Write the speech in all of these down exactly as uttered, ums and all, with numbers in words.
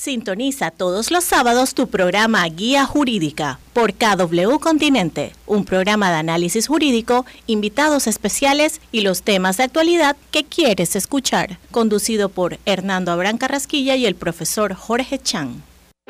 Sintoniza todos los sábados tu programa Guía Jurídica por K W Continente, un programa de análisis jurídico, invitados especiales y los temas de actualidad que quieres escuchar, conducido por Hernando Abrán Carrasquilla y el profesor Jorge Chan.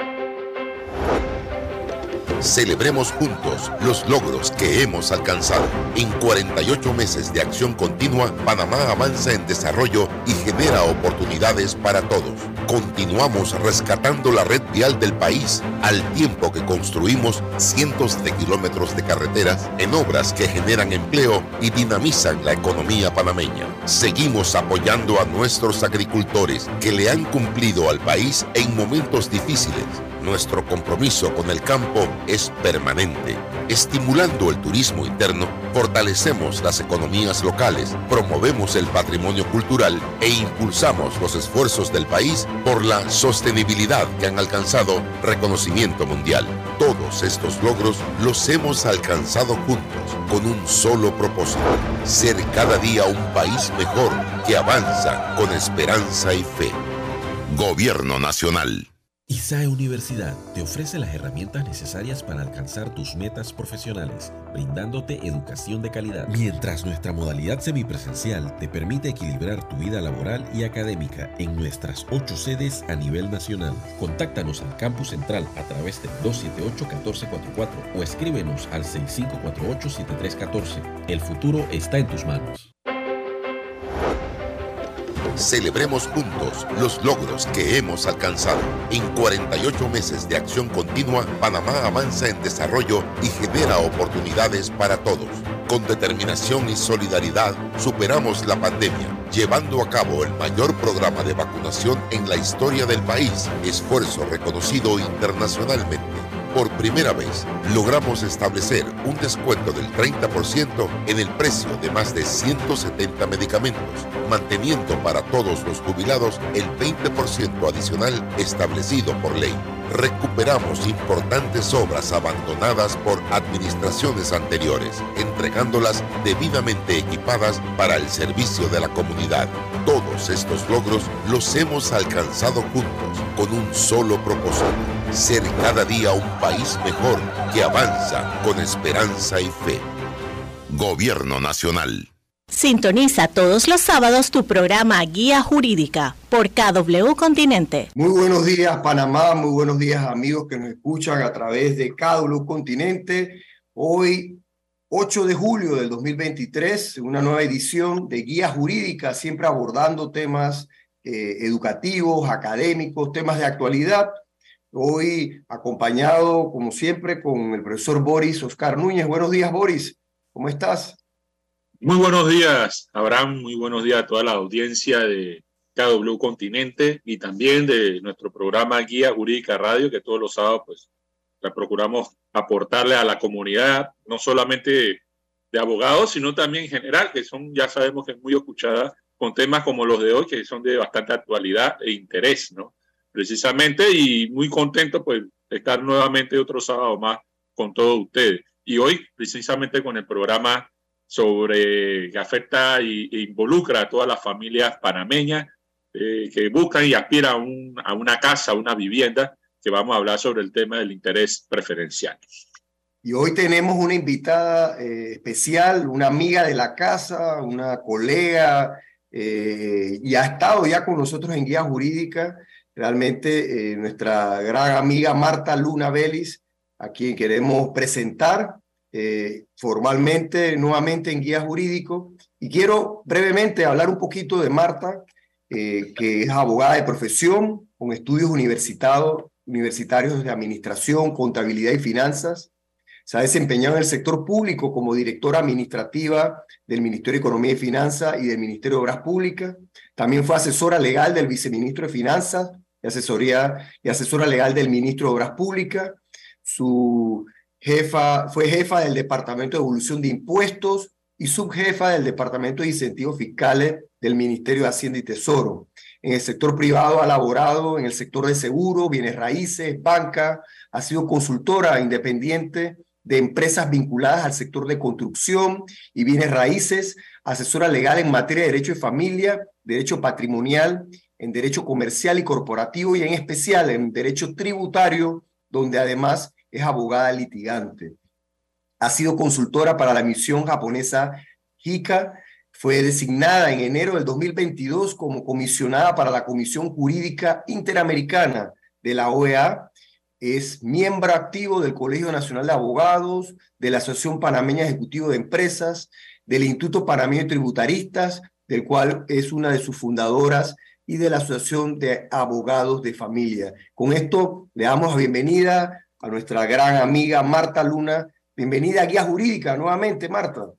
Celebremos juntos los logros que hemos alcanzado. En cuarenta y ocho meses de acción continua, Panamá avanza en desarrollo y genera oportunidades para todos. Continuamos rescatando la red vial del país, al tiempo que construimos cientos de kilómetros de carreteras en obras que generan empleo y dinamizan la economía panameña. Seguimos apoyando a nuestros agricultores que le han cumplido al país en momentos difíciles. Nuestro compromiso con el campo es permanente. Estimulando el turismo interno, fortalecemos las economías locales, promovemos el patrimonio cultural e impulsamos los esfuerzos del país por la sostenibilidad que han alcanzado reconocimiento mundial. Todos estos logros los hemos alcanzado juntos con un solo propósito: ser cada día un país mejor que avanza con esperanza y fe. Gobierno Nacional. I S A E Universidad te ofrece las herramientas necesarias para alcanzar tus metas profesionales, brindándote educación de calidad, mientras nuestra modalidad semipresencial te permite equilibrar tu vida laboral y académica en nuestras ocho sedes a nivel nacional. Contáctanos al Campus Central a través del dos siete ocho, uno cuatro cuatro cuatro o escríbenos al seis cinco cuatro ocho, siete tres uno cuatro. El futuro está en tus manos. Celebremos juntos los logros que hemos alcanzado. En cuarenta y ocho meses de acción continua, Panamá avanza en desarrollo y genera oportunidades para todos. Con determinación y solidaridad, superamos la pandemia, llevando a cabo el mayor programa de vacunación en la historia del país, esfuerzo reconocido internacionalmente. Por primera vez, logramos establecer un descuento del treinta por ciento en el precio de más de ciento setenta medicamentos, manteniendo para todos los jubilados el veinte por ciento adicional establecido por ley. Recuperamos importantes obras abandonadas por administraciones anteriores, entregándolas debidamente equipadas para el servicio de la comunidad. Todos estos logros los hemos alcanzado juntos con un solo propósito: ser cada día un país mejor que avanza con esperanza y fe. Gobierno Nacional. Sintoniza todos los sábados tu programa Guía Jurídica por K W Continente. Muy buenos días, Panamá, muy buenos días, amigos que nos escuchan a través de K W Continente. Hoy, ocho de julio del dos mil veintitrés, una nueva edición de Guía Jurídica, siempre abordando temas eh, educativos, académicos, temas de actualidad. Hoy acompañado, como siempre, con el profesor Boris Oscar Núñez. Buenos días, Boris. ¿Cómo estás? Muy buenos días, Abraham. Muy buenos días a toda la audiencia de K W Continente y también de nuestro programa Guía Jurídica Radio, que todos los sábados pues procuramos aportarle a la comunidad, no solamente de abogados, sino también en general, que son, ya sabemos que es muy escuchada, con temas como los de hoy, que son de bastante actualidad e interés, ¿no? Precisamente, y muy contento pues de estar nuevamente otro sábado más con todos ustedes. Y hoy, precisamente con el programa sobre que afecta y, e involucra a todas las familias panameñas eh, que buscan y aspiran a, un, a una casa, a una vivienda, que vamos a hablar sobre el tema del interés preferencial. Y hoy tenemos una invitada eh, especial, una amiga de la casa, una colega, eh, y ha estado ya con nosotros en Guía Jurídica, realmente eh, nuestra gran amiga Marta Luna Vélez, a quien queremos presentar Eh, formalmente nuevamente en Guía Jurídico, y quiero brevemente hablar un poquito de Marta, eh, que es abogada de profesión con estudios universitarios, universitarios de administración, contabilidad y finanzas. Se ha desempeñado en el sector público como directora administrativa del Ministerio de Economía y Finanzas y del Ministerio de Obras Públicas. También fue asesora legal del viceministro de Finanzas y, asesoría, y asesora legal del ministro de Obras Públicas. Su Jefa, fue jefa del Departamento de Evolución de Impuestos y subjefa del Departamento de Incentivos Fiscales del Ministerio de Hacienda y Tesoro. En el sector privado ha laborado en el sector de seguro, bienes raíces, banca, ha sido consultora independiente de empresas vinculadas al sector de construcción y bienes raíces, asesora legal en materia de derecho de familia, derecho patrimonial en derecho comercial y corporativo y en especial en derecho tributario, donde además es abogada litigante. Ha sido consultora para la misión japonesa JICA, fue designada en enero del dos mil veintidós como comisionada para la Comisión Jurídica Interamericana de la O E A, es miembro activo del Colegio Nacional de Abogados, de la Asociación Panameña Ejecutivo de Empresas, del Instituto Panameño de Tributaristas, del cual es una de sus fundadoras, y de la Asociación de Abogados de Familia. Con esto le damos la bienvenida a nuestra gran amiga Marta Luna. Bienvenida a Guía Jurídica nuevamente, Marta.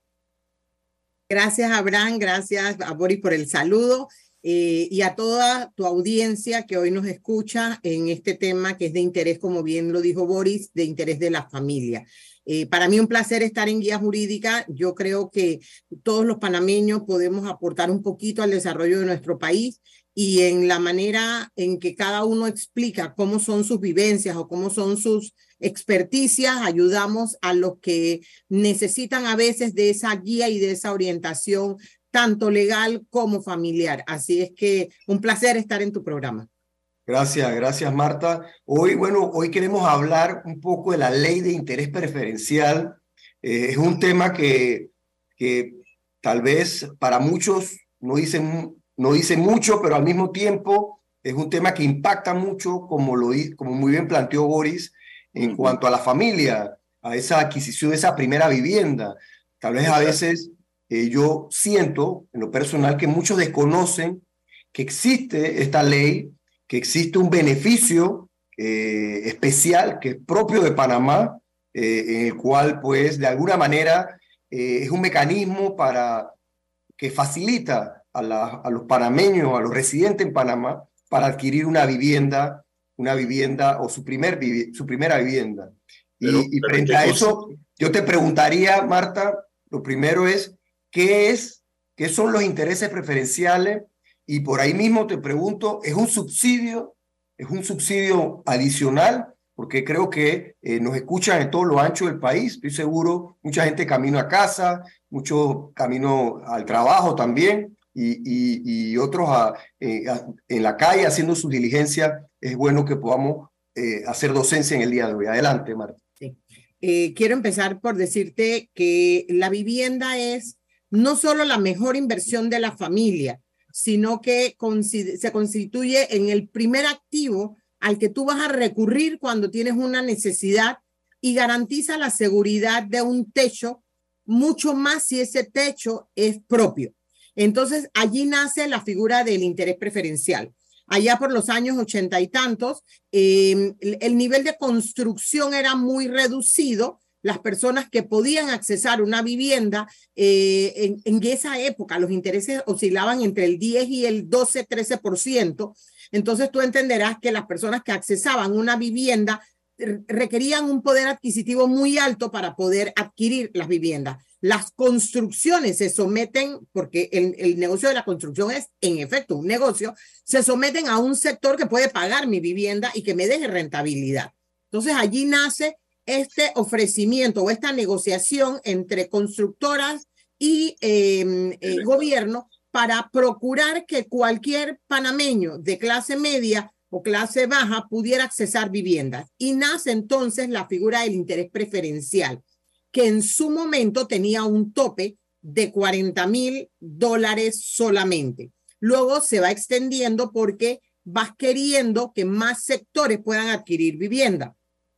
Gracias, Abraham, gracias a Boris por el saludo eh, y a toda tu audiencia que hoy nos escucha en este tema que es de interés, como bien lo dijo Boris, de interés de la familia. Eh, para mí un placer estar en Guía Jurídica. Yo creo que todos los panameños podemos aportar un poquito al desarrollo de nuestro país y en la manera en que cada uno explica cómo son sus vivencias o cómo son sus experticias, ayudamos a los que necesitan a veces de esa guía y de esa orientación, tanto legal como familiar. Así es que un placer estar en tu programa. Gracias, gracias Marta. Hoy, bueno, hoy queremos hablar un poco de la ley de interés preferencial. Eh, es un tema que, que tal vez para muchos no dicen, no dicen mucho, pero al mismo tiempo es un tema que impacta mucho, como, lo, como muy bien planteó Boris, en cuanto a la familia, a esa adquisición de esa primera vivienda. Tal vez a veces eh, yo siento, en lo personal, que muchos desconocen que existe esta ley, que existe un beneficio eh, especial que es propio de Panamá, eh, en el cual, pues, de alguna manera eh, es un mecanismo para, que facilita a, la, a los panameños, a los residentes en Panamá, para adquirir una vivienda, una vivienda o su, primer, su primera vivienda. Pero, y, y pero frente a eso, yo te preguntaría, Marta, lo primero es, ¿qué es, qué son los intereses preferenciales? Y por ahí mismo te pregunto, ¿es un subsidio? ¿Es un subsidio adicional? Porque creo que eh, nos escuchan en todo lo ancho del país. Estoy seguro, mucha gente camino a casa, mucho camino al trabajo también, y, y, y otros a, eh, a, en la calle haciendo sus diligencias. Es bueno que podamos eh, hacer docencia en el día de hoy. Adelante, Marta. Sí. Eh, quiero empezar por decirte que la vivienda es no solo la mejor inversión de la familia, sino que se constituye en el primer activo al que tú vas a recurrir cuando tienes una necesidad y garantiza la seguridad de un techo, mucho más si ese techo es propio. Entonces, allí nace la figura del interés preferencial. Allá por los años ochenta y tantos, eh, el, el nivel de construcción era muy reducido. Las personas que podían accesar una vivienda, eh, en, en esa época los intereses oscilaban entre el diez y el doce, trece por ciento. Entonces tú entenderás que las personas que accesaban una vivienda requerían un poder adquisitivo muy alto para poder adquirir las viviendas. Las construcciones se someten, porque el, el negocio de la construcción es en efecto un negocio, se someten a un sector que puede pagar mi vivienda y que me deje rentabilidad. Entonces allí nace este ofrecimiento o esta negociación entre constructoras y eh, eh, gobierno para procurar que cualquier panameño de clase media o clase baja pudiera accesar viviendas. Y nace entonces la figura del interés preferencial, que en su momento tenía un tope de cuarenta mil dólares solamente. Luego se va extendiendo porque vas queriendo que más sectores puedan adquirir vivienda.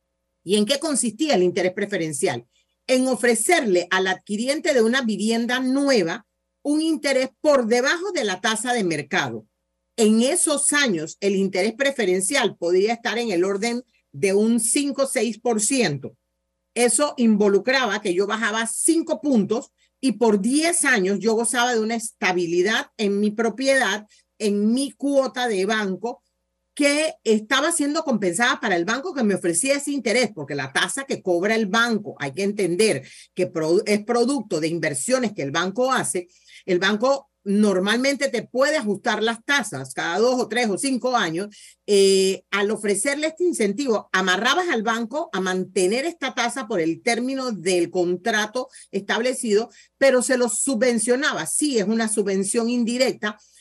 ¿Y en qué consistía el interés preferencial? En ofrecerle al adquiriente de una vivienda nueva un interés por debajo de la tasa de mercado. En esos años, el interés preferencial podría estar en el orden de un cinco o seis por ciento. Eso involucraba que yo bajaba cinco puntos y por diez años yo gozaba de una estabilidad en mi propiedad, en mi cuota de banco, que estaba siendo compensada para el banco que me ofrecía ese interés, porque la tasa que cobra el banco, hay que entender que es producto de inversiones que el banco hace. El banco normalmente te puede ajustar las tasas cada dos o tres o cinco años. Eh, al ofrecerle este incentivo, amarrabas al banco a mantener esta tasa por el término del contrato establecido, pero se lo subvencionaba. Sí, es una subvención indirecta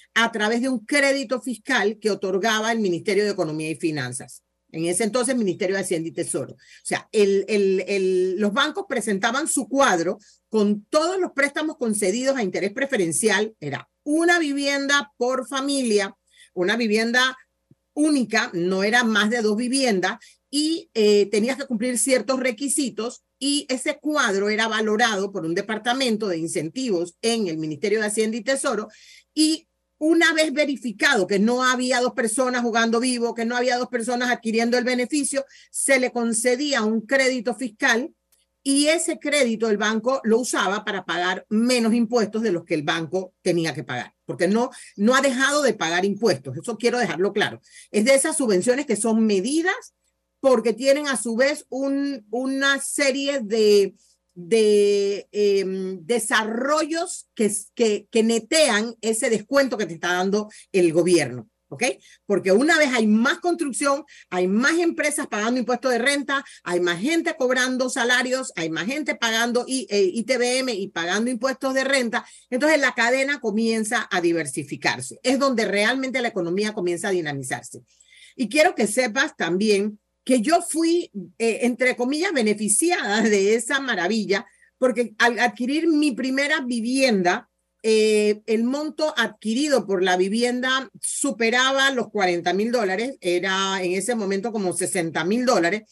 a través de un crédito fiscal que otorgaba el Ministerio de Economía y Finanzas. En ese entonces, Ministerio de Hacienda y Tesoro. O sea, el, el, el, los bancos presentaban su cuadro con todos los préstamos concedidos a interés preferencial. Era una vivienda por familia, una vivienda única, no era más de dos viviendas, y eh, tenías que cumplir ciertos requisitos, y ese cuadro era valorado por un departamento de incentivos en el Ministerio de Hacienda y Tesoro, y una vez verificado que no había dos personas jugando vivo, que no había dos personas adquiriendo el beneficio, se le concedía un crédito fiscal, y ese crédito el banco lo usaba para pagar menos impuestos de los que el banco tenía que pagar, porque no, no ha dejado de pagar impuestos. Eso quiero dejarlo claro. Es de esas subvenciones que son medidas porque tienen a su vez un, una serie de, de eh, desarrollos que, que, que netean ese descuento que te está dando el gobierno. ¿Ok? Porque una vez hay más construcción, hay más empresas pagando impuestos de renta, hay más gente cobrando salarios, hay más gente pagando I, eh, I T B M y pagando impuestos de renta, entonces la cadena comienza a diversificarse. Es donde realmente la economía comienza a dinamizarse. Y quiero que sepas también que yo fui, eh, entre comillas, beneficiada de esa maravilla, porque al adquirir mi primera vivienda, Eh, el monto adquirido por la vivienda superaba los cuarenta mil dólares, era en ese momento como sesenta mil dólares,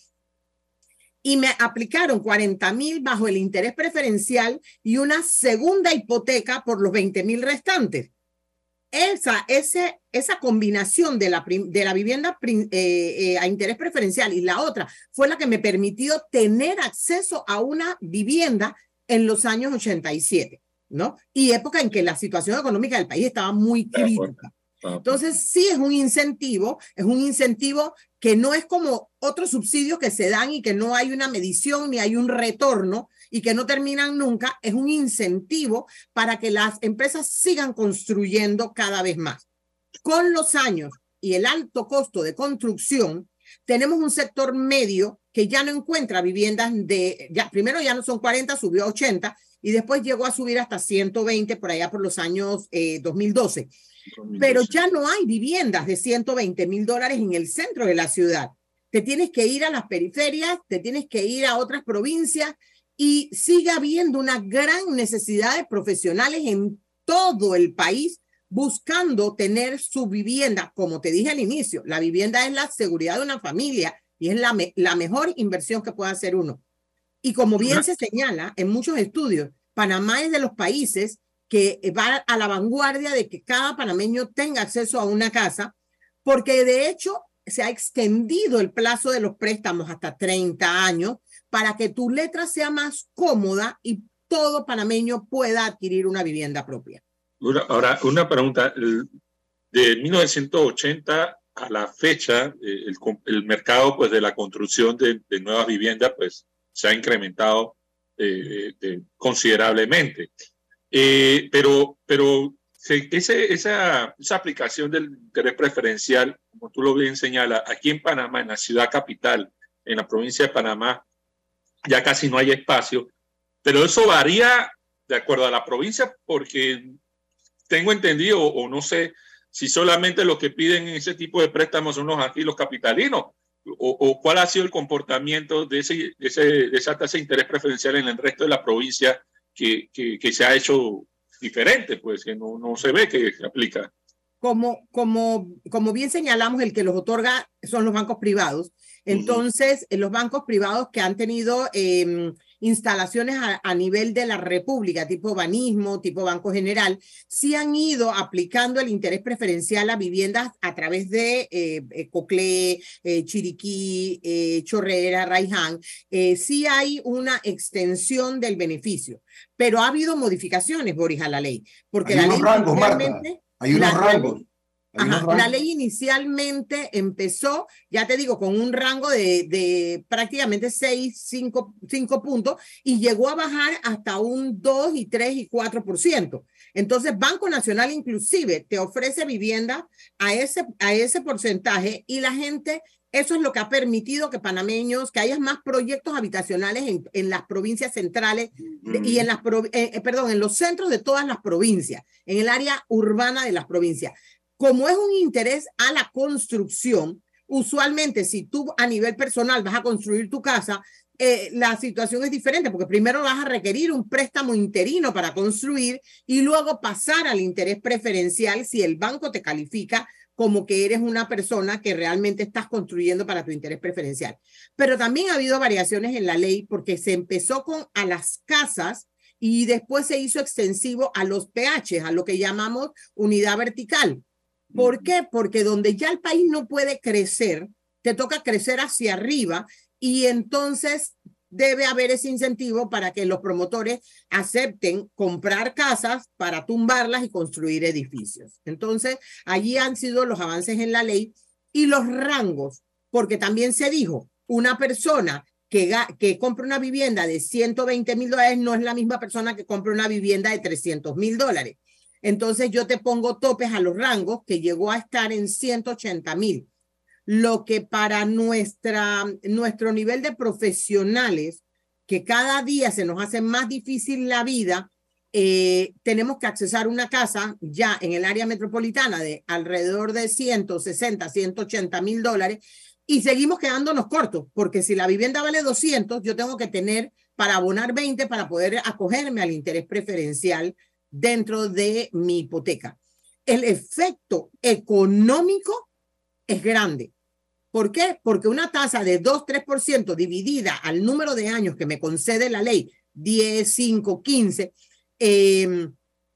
y me aplicaron cuarenta mil bajo el interés preferencial y una segunda hipoteca por los veinte mil restantes. Esa, ese, esa combinación de la, de la vivienda eh, eh, a interés preferencial y la otra fue la que me permitió tener acceso a una vivienda en los años ochenta y siete. ¿No? Y época en que la situación económica del país estaba muy crítica. Entonces, sí es un incentivo, es un incentivo que no es como otros subsidios que se dan y que no hay una medición ni hay un retorno y que no terminan nunca. Es un incentivo para que las empresas sigan construyendo cada vez más. Con los años y el alto costo de construcción, tenemos un sector medio que ya no encuentra viviendas de, ya, primero ya no son cuarenta, subió a ochenta, y después llegó a subir hasta ciento veinte por allá por los años eh, dos mil doce. dos mil doce. Pero ya no hay viviendas de ciento veinte mil dólares en el centro de la ciudad. Te tienes que ir a las periferias, te tienes que ir a otras provincias, y sigue habiendo una gran necesidad de profesionales en todo el país buscando tener su vivienda. Como te dije al inicio, la vivienda es la seguridad de una familia y es la, me la mejor inversión que puede hacer uno. Y como bien se señala en muchos estudios, Panamá es de los países que va a la vanguardia de que cada panameño tenga acceso a una casa, porque de hecho se ha extendido el plazo de los préstamos hasta treinta años para que tu letra sea más cómoda y todo panameño pueda adquirir una vivienda propia. Ahora, una pregunta. De mil novecientos ochenta a la fecha, el, el mercado pues, de la construcción de, de nuevas viviendas pues, se ha incrementado eh, de, considerablemente. Eh, pero pero se, ese, esa, esa aplicación del interés preferencial, como tú lo bien señalas, aquí en Panamá, en la ciudad capital, en la provincia de Panamá, ya casi no hay espacio, pero eso varía de acuerdo a la provincia, porque tengo entendido, o, o no sé, si solamente los que piden ese tipo de préstamos son los aquí, los capitalinos, O, o cuál ha sido el comportamiento de, ese, de, ese, de esa tasa de interés preferencial en el resto de la provincia que, que, que se ha hecho diferente, pues que no, no se ve que se aplica. Como, como, como bien señalamos, el que los otorga son los bancos privados. Entonces, uh-huh. los bancos privados que han tenido eh, instalaciones a, a nivel de la República, tipo Banismo, tipo Banco General, sí han ido aplicando el interés preferencial a viviendas a través de eh, Coclé, eh, Chiriquí, eh, Chorrera, Raiján. Eh, sí hay una extensión del beneficio, pero ha habido modificaciones, Boris, a la ley. Porque hay la unos ley rangos, Marta. Hay unos la, rangos. Ajá, la ley inicialmente empezó, ya te digo, con un rango de, de prácticamente seis, cinco, cinco puntos y llegó a bajar hasta un dos y tres y cuatro por ciento. Entonces, Banco Nacional inclusive te ofrece vivienda a ese, a ese porcentaje y la gente, eso es lo que ha permitido que panameños, que haya más proyectos habitacionales en, en las provincias centrales de, y en las, eh, perdón, en los centros de todas las provincias, en el área urbana de las provincias. Como es un interés a la construcción, usualmente si tú a nivel personal vas a construir tu casa, eh, la situación es diferente porque primero vas a requerir un préstamo interino para construir y luego pasar al interés preferencial si el banco te califica como que eres una persona que realmente estás construyendo para tu interés preferencial. Pero también ha habido variaciones en la ley porque se empezó con a las casas y después se hizo extensivo a los P H, a lo que llamamos unidad vertical. ¿Por qué? Porque donde ya el país no puede crecer, te toca crecer hacia arriba y entonces debe haber ese incentivo para que los promotores acepten comprar casas para tumbarlas y construir edificios. Entonces, allí han sido los avances en la ley y los rangos, porque también se dijo, una persona que, que compra una vivienda de ciento veinte mil dólares no es la misma persona que compra una vivienda de trescientos mil dólares. Entonces yo te pongo topes a los rangos que llegó a estar en ciento ochenta mil, lo que para nuestra, nuestro nivel de profesionales, que cada día se nos hace más difícil la vida, eh, tenemos que accesar una casa ya en el área metropolitana de alrededor de ciento sesenta, ciento ochenta mil dólares y seguimos quedándonos cortos, porque si la vivienda vale doscientos, yo tengo que tener para abonar veinte para poder acogerme al interés preferencial dentro de mi hipoteca. El efecto económico es grande. ¿Por qué? Porque una tasa de dos, tres por ciento dividida al número de años que me concede la ley, diez, cinco, quince, eh,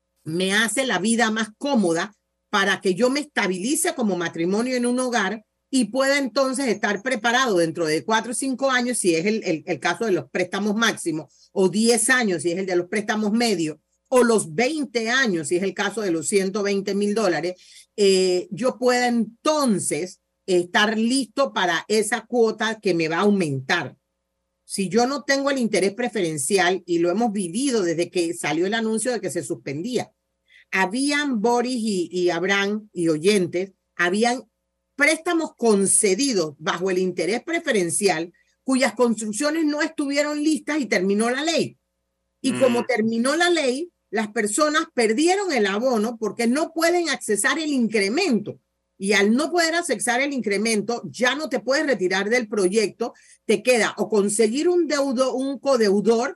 me hace la vida más cómoda para que yo me estabilice como matrimonio en un hogar y pueda entonces estar preparado dentro de cuatro o cinco años, si es el, el, el caso de los préstamos máximos, o diez años, si es el de los préstamos medios, o los veinte años, si es el caso de los ciento veinte mil dólares, eh, yo pueda entonces estar listo para esa cuota que me va a aumentar. Si yo no tengo el interés preferencial, y lo hemos vivido desde que salió el anuncio de que se suspendía, habían Boris y, y Abraham y oyentes, habían préstamos concedidos bajo el interés preferencial cuyas construcciones no estuvieron listas y terminó la ley. Y mm. como terminó la ley, las personas perdieron el abono porque no pueden accesar el incremento. Y al no poder accesar el incremento, ya no te puedes retirar del proyecto. Te queda o conseguir un deudo, un codeudor,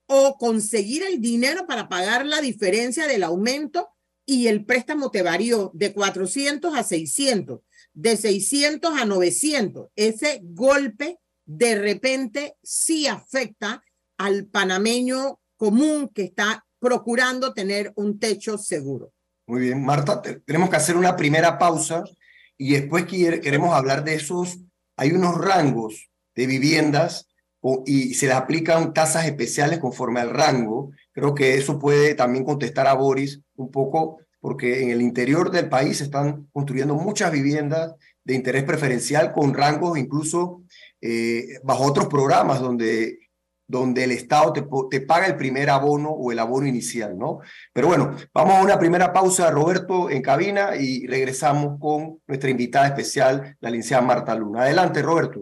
o conseguir el dinero para pagar la diferencia del aumento, y el préstamo te varió de cuatrocientos a seiscientos, de seiscientos a novecientos. Ese golpe de repente sí afecta al panameño común que está procurando tener un techo seguro. Muy bien, Marta, te, tenemos que hacer una primera pausa y después quiere, queremos hablar de esos. Hay unos rangos de viviendas o, y se les aplican tasas especiales conforme al rango. Creo que eso puede también contestar a Boris un poco, porque en el interior del país se están construyendo muchas viviendas de interés preferencial con rangos incluso eh, bajo otros programas donde donde el Estado te, te paga el primer abono o el abono inicial, ¿no? Pero bueno, vamos a una primera pausa, Roberto, en cabina, y regresamos con nuestra invitada especial, la licenciada Marta Luna. Adelante, Roberto.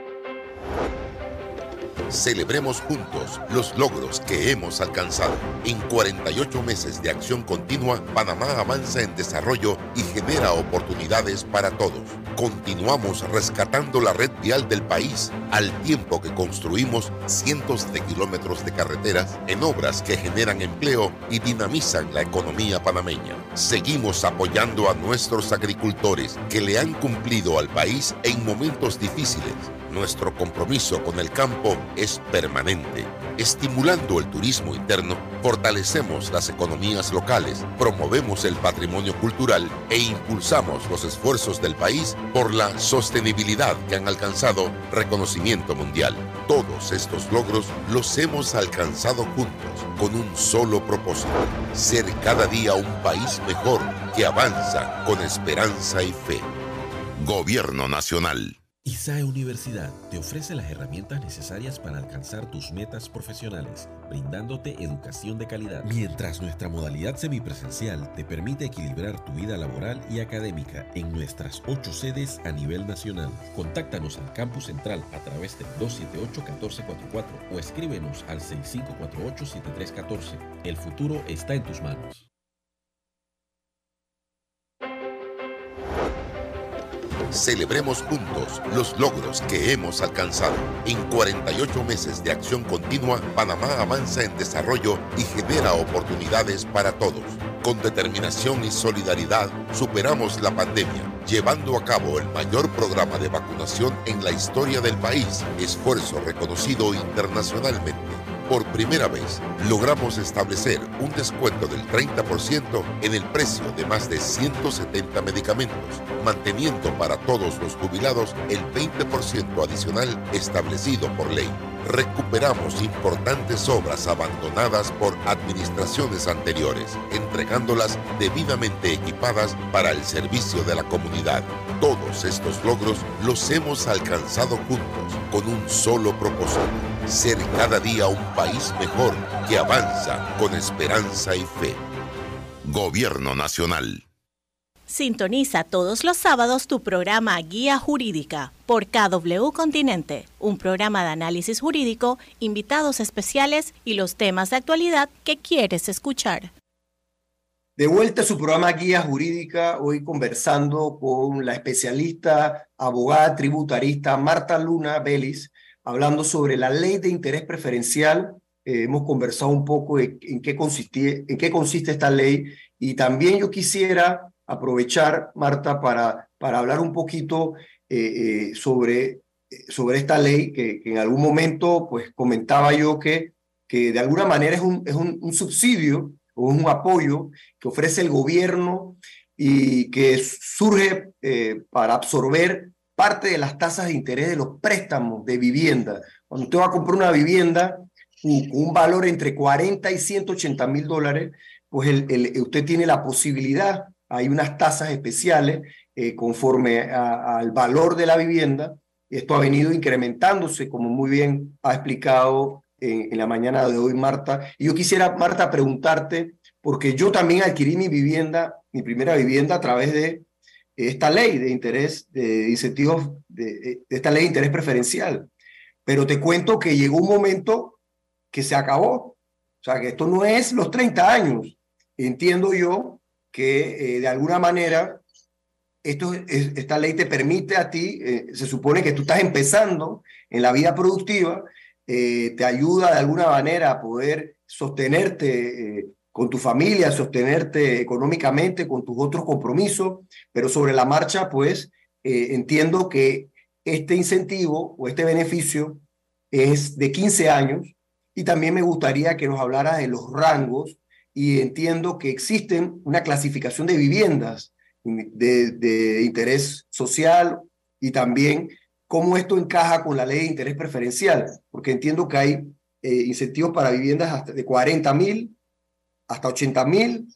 Celebremos juntos los logros que hemos alcanzado. En cuarenta y ocho meses de acción continua, Panamá avanza en desarrollo y genera oportunidades para todos. Continuamos rescatando la red vial del país, al tiempo que construimos cientos de kilómetros de carreteras en obras que generan empleo y dinamizan la economía panameña. Seguimos apoyando a nuestros agricultores que le han cumplido al país en momentos difíciles. Nuestro compromiso con el campo es permanente. Estimulando el turismo interno, fortalecemos las economías locales, promovemos el patrimonio cultural e impulsamos los esfuerzos del país por la sostenibilidad que han alcanzado reconocimiento mundial. Todos estos logros los hemos alcanzado juntos con un solo propósito: ser cada día un país mejor que avanza con esperanza y fe. Gobierno Nacional. I S A E Universidad te ofrece las herramientas necesarias para alcanzar tus metas profesionales, brindándote educación de calidad. Mientras nuestra modalidad semipresencial te permite equilibrar tu vida laboral y académica en nuestras ocho sedes a nivel nacional. Contáctanos al Campus Central a través del dos siete ocho, uno cuatro cuatro cuatro o escríbenos al seis cinco cuatro ocho, siete tres uno cuatro. El futuro está en tus manos. Celebremos juntos los logros que hemos alcanzado. En cuarenta y ocho meses de acción continua, Panamá avanza en desarrollo y genera oportunidades para todos. Con determinación y solidaridad, superamos la pandemia, llevando a cabo el mayor programa de vacunación en la historia del país, esfuerzo reconocido internacionalmente. Por primera vez, logramos establecer un descuento del treinta por ciento en el precio de más de ciento setenta medicamentos, manteniendo para todos los jubilados el veinte por ciento adicional establecido por ley. Recuperamos importantes obras abandonadas por administraciones anteriores, entregándolas debidamente equipadas para el servicio de la comunidad. Todos estos logros los hemos alcanzado juntos con un solo propósito: ser cada día un país mejor que avanza con esperanza y fe. Gobierno Nacional. Sintoniza todos los sábados tu programa Guía Jurídica por K W Continente, un programa de análisis jurídico, invitados especiales y los temas de actualidad que quieres escuchar. De vuelta a su programa Guía Jurídica, hoy conversando con la especialista, abogada tributarista Marta Luna Vélez, hablando sobre la ley de interés preferencial. Eh, hemos conversado un poco de en qué consiste, en qué consiste esta ley, y también yo quisiera aprovechar, Marta, para, para hablar un poquito eh, eh, sobre, sobre esta ley que, que en algún momento pues, comentaba yo que, que de alguna manera es un, es un, un subsidio o un apoyo que ofrece el gobierno y que surge eh, para absorber parte de las tasas de interés de los préstamos de vivienda. Cuando usted va a comprar una vivienda con un valor entre cuarenta y ciento ochenta mil dólares, pues el, el, usted tiene la posibilidad, hay unas tasas especiales eh, conforme a, al valor de la vivienda. Esto ha venido incrementándose, como muy bien ha explicado en, en la mañana de hoy Marta. Y yo quisiera, Marta, preguntarte, porque yo también adquirí mi vivienda, mi primera vivienda a través de esta ley de interés, de incentivos, de, de esta ley de interés preferencial. Pero te cuento que llegó un momento que se acabó. O sea, que esto no es los treinta años. Entiendo yo que eh, de alguna manera esto, es, esta ley te permite a ti, eh, se supone que tú estás empezando en la vida productiva, eh, te ayuda de alguna manera a poder sostenerte eh, con tu familia, sostenerte económicamente con tus otros compromisos, pero sobre la marcha, pues, eh, entiendo que este incentivo o este beneficio es de quince años, y también me gustaría que nos hablara de los rangos, y entiendo que existen una clasificación de viviendas de, de interés social, y también cómo esto encaja con la ley de interés preferencial, porque entiendo que hay eh, incentivos para viviendas hasta de cuarenta mil, hasta ochenta mil,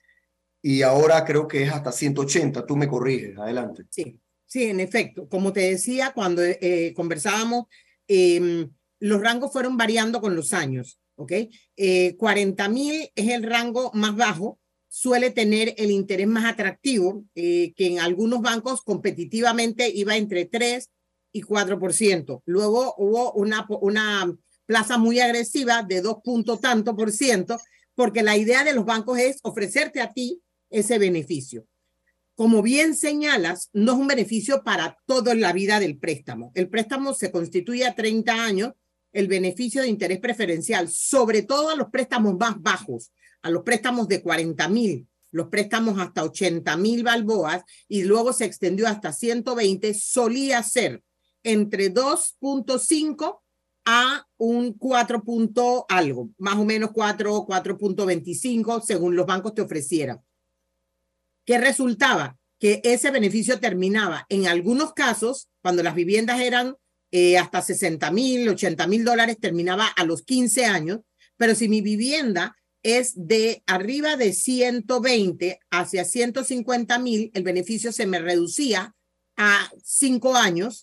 y ahora creo que es hasta ciento ochenta. Tú me corriges, adelante. Sí, sí, en efecto. Como te decía, cuando eh, conversábamos, eh, los rangos fueron variando con los años, ¿ok? Eh, cuarenta mil es el rango más bajo, suele tener el interés más atractivo, eh, que en algunos bancos competitivamente iba entre tres y cuatro por ciento. Luego hubo una, una plaza muy agresiva de dos punto tanto por ciento, porque la idea de los bancos es ofrecerte a ti ese beneficio. Como bien señalas, no es un beneficio para toda la vida del préstamo. El préstamo se constituye a treinta años, el beneficio de interés preferencial, sobre todo a los préstamos más bajos, a los préstamos de cuarenta mil, los préstamos hasta ochenta mil balboas, y luego se extendió hasta ciento veinte, solía ser entre dos punto cinco a un cuatro punto algo, más o menos cuatro, cuatro punto veinticinco, según los bancos te ofrecieran. ¿Qué resultaba? Que ese beneficio terminaba en algunos casos, cuando las viviendas eran eh, hasta sesenta mil, ochenta mil dólares, terminaba a los quince años, pero si mi vivienda es de arriba de ciento veinte hacia ciento cincuenta mil, el beneficio se me reducía a cinco años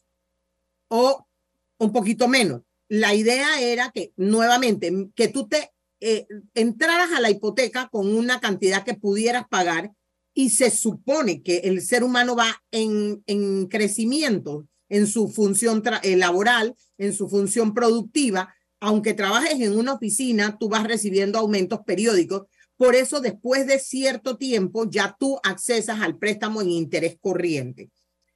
o un poquito menos. La idea era que, nuevamente, que tú te eh, entraras a la hipoteca con una cantidad que pudieras pagar, y se supone que el ser humano va en, en crecimiento en su función eh, laboral, en su función productiva. Aunque trabajes en una oficina, tú vas recibiendo aumentos periódicos. Por eso, después de cierto tiempo, ya tú accesas al préstamo en interés corriente.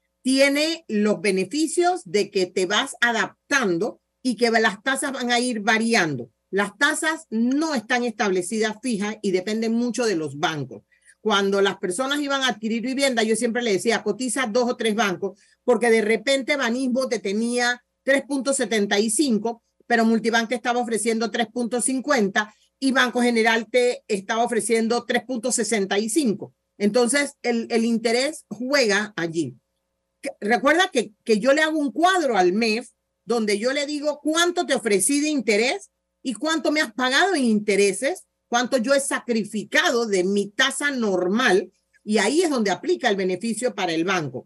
Tiene los beneficios de que te vas adaptando y que las tasas van a ir variando. Las tasas no están establecidas fijas y dependen mucho de los bancos. Cuando las personas iban a adquirir vivienda, yo siempre le decía, cotiza dos o tres bancos, porque de repente Banismo te tenía tres punto setenta y cinco, pero Multibank te estaba ofreciendo tres punto cincuenta y Banco General te estaba ofreciendo tres punto sesenta y cinco. Entonces, el, el interés juega allí. Recuerda que, que yo le hago un cuadro al M E F donde yo le digo cuánto te ofrecí de interés y cuánto me has pagado en intereses, cuánto yo he sacrificado de mi tasa normal, y ahí es donde aplica el beneficio para el banco.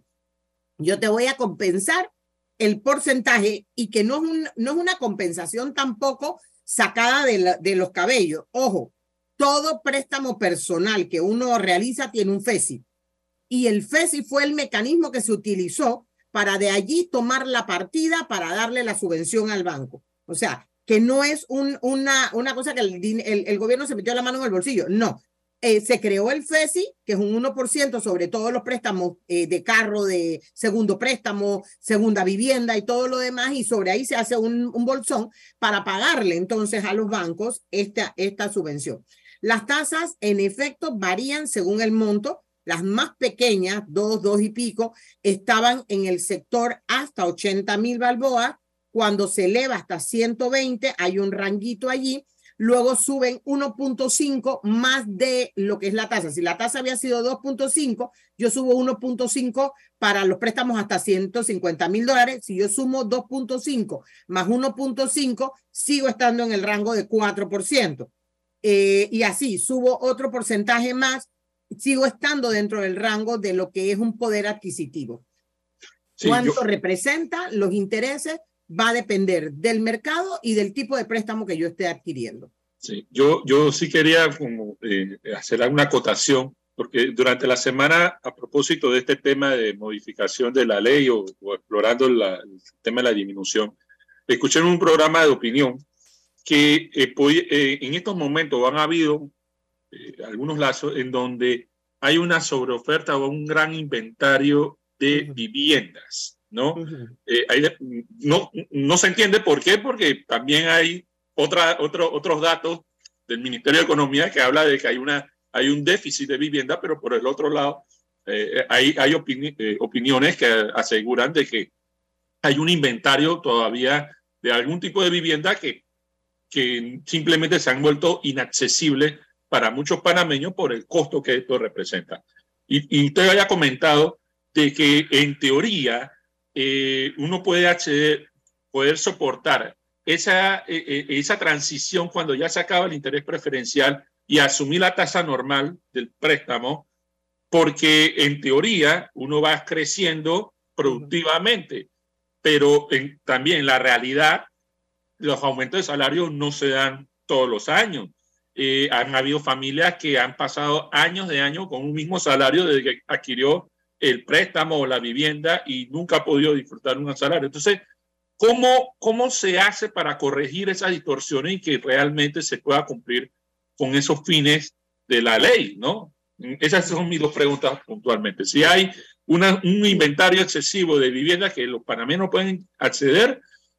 Yo te voy a compensar el porcentaje, y que no es, un, no es una compensación tampoco sacada de, la, de los cabellos. Ojo, todo préstamo personal que uno realiza tiene un F E S I, y el F E S I fue el mecanismo que se utilizó para de allí tomar la partida para darle la subvención al banco. O sea, que no es un, una, una cosa que el, el, el gobierno se metió la mano en el bolsillo. No, eh, se creó el F E S I, que es un uno por ciento sobre todos los préstamos eh, de carro, de segundo préstamo, segunda vivienda y todo lo demás, y sobre ahí se hace un, un bolsón para pagarle entonces a los bancos esta, esta subvención. Las tasas, en efecto, varían según el monto. Las más pequeñas, dos, dos y pico, estaban en el sector hasta ochenta mil balboas. Cuando se eleva hasta ciento veinte, hay un ranguito allí. Luego suben uno punto cinco más de lo que es la tasa. Si la tasa había sido dos punto cinco, yo subo uno punto cinco para los préstamos hasta ciento cincuenta mil dólares. Si yo sumo dos punto cinco más uno punto cinco, sigo estando en el rango de cuatro por ciento. Eh, y así, subo otro porcentaje más, sigo estando dentro del rango de lo que es un poder adquisitivo. Sí, ¿cuánto yo... representa los intereses? Va a depender del mercado y del tipo de préstamo que yo esté adquiriendo. Sí, yo, yo sí quería como, eh, hacer alguna acotación, porque durante la semana, a propósito de este tema de modificación de la ley o, o explorando la, el tema de la disminución, escuché en un programa de opinión que eh, eh, en estos momentos han habido eh, algunos lazos en donde hay una sobreoferta o un gran inventario de uh-huh. viviendas. ¿No? Uh-huh. eh, hay, no, no se entiende por qué, porque también hay otra, otro, otros datos del Ministerio de Economía que habla de que hay, una, hay un déficit de vivienda, pero por el otro lado eh, hay, hay opini eh, opiniones que aseguran de que hay un inventario todavía de algún tipo de vivienda que, que simplemente se han vuelto inaccesibles para muchos panameños por el costo que esto representa. Y, y usted había comentado de que en teoría Eh, uno puede acceder, poder soportar esa, eh, esa transición cuando ya se acaba el interés preferencial y asumir la tasa normal del préstamo, porque en teoría uno va creciendo productivamente, pero en, también en la realidad los aumentos de salario no se dan todos los años. Eh, han habido familias que han pasado años de años con un mismo salario desde que adquirió el préstamo o la vivienda y nunca ha podido disfrutar un salario. Entonces, ¿cómo, cómo se hace para corregir esas distorsiones y que realmente se pueda cumplir con esos fines de la ley, ¿no? Esas son mis dos preguntas puntualmente. Si hay una, un inventario excesivo de viviendas que los panameños pueden acceder,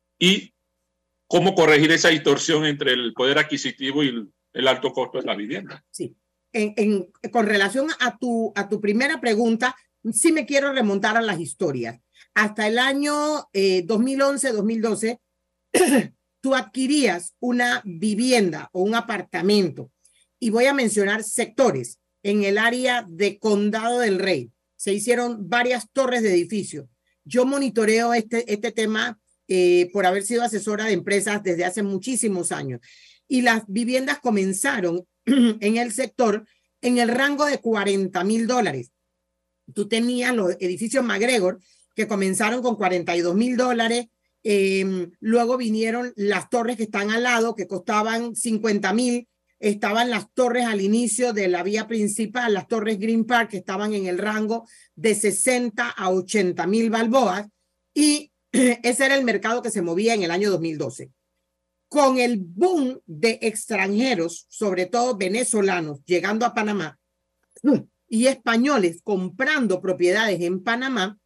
y cómo corregir esa distorsión entre el poder adquisitivo y el, el alto costo de la vivienda. Sí. En, en, con relación a tu, a tu primera pregunta, sí me quiero remontar a las historias. Hasta el año eh, dos mil once, dos mil doce, tú adquirías una vivienda o un apartamento, y voy a mencionar sectores, en el área de Condado del Rey, se hicieron varias torres de edificios. Yo monitoreo este, este tema eh, por haber sido asesora de empresas desde hace muchísimos años. Y las viviendas comenzaron en el sector en el rango de cuarenta mil dólares. Tú tenías los edificios McGregor que comenzaron con cuarenta y dos mil dólares. Eh, luego vinieron las torres que están al lado que costaban cincuenta mil. Estaban las torres al inicio de la vía principal, las torres Green Park, que estaban en el rango de sesenta a ochenta mil balboas, y ese era el mercado que se movía en el año dos mil doce. Con el boom de extranjeros, sobre todo venezolanos, llegando a Panamá, y españoles comprando propiedades en Panamá,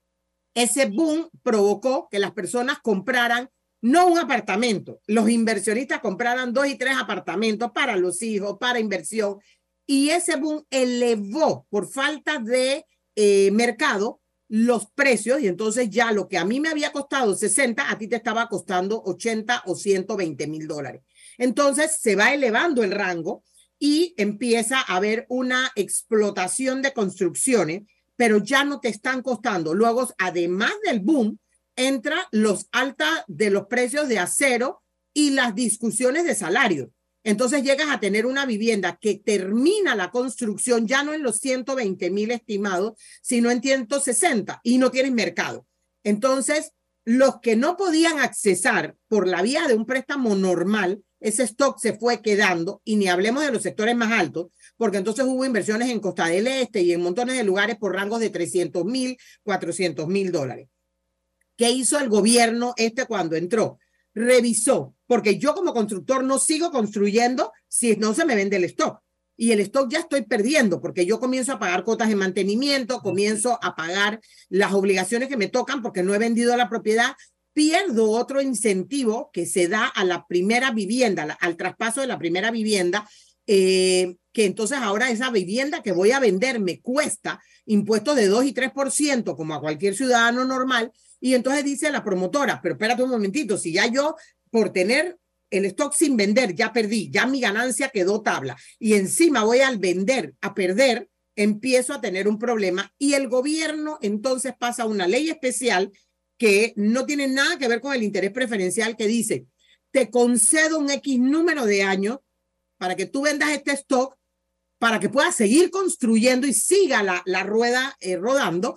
ese boom provocó que las personas compraran no un apartamento, los inversionistas compraran dos y tres apartamentos para los hijos, para inversión, y ese boom elevó por falta de eh, mercado los precios, y entonces ya lo que a mí me había costado sesenta, a ti te estaba costando ochenta o ciento veinte mil dólares. Entonces se va elevando el rango y empieza a haber una explotación de construcciones, pero ya no te están costando. Luego, además del boom, entra los alta de los precios de acero y las discusiones de salarios. Entonces llegas a tener una vivienda que termina la construcción ya no en los ciento veinte mil estimados, sino en ciento sesenta, y no tienes mercado. Entonces, los que no podían accesar por la vía de un préstamo normal, ese stock se fue quedando, y ni hablemos de los sectores más altos, porque entonces hubo inversiones en Costa del Este y en montones de lugares por rangos de trescientos mil, cuatrocientos mil dólares. ¿Qué hizo el gobierno este cuando entró? Revisó, porque yo como constructor no sigo construyendo si no se me vende el stock. Y el stock ya estoy perdiendo, porque yo comienzo a pagar cuotas de mantenimiento, comienzo a pagar las obligaciones que me tocan porque no he vendido la propiedad, pierdo otro incentivo que se da a la primera vivienda, al traspaso de la primera vivienda, eh, que entonces ahora esa vivienda que voy a vender me cuesta impuestos de dos y tres por ciento como a cualquier ciudadano normal. Y entonces dice la promotora, pero espérate un momentito, si ya yo por tener el stock sin vender ya perdí, ya mi ganancia quedó tabla, y encima voy al vender a perder, empiezo a tener un problema, y el gobierno entonces pasa una ley especial que no tiene nada que ver con el interés preferencial, que dice, te concedo un X número de años para que tú vendas este stock, para que puedas seguir construyendo y siga la, la rueda eh, rodando.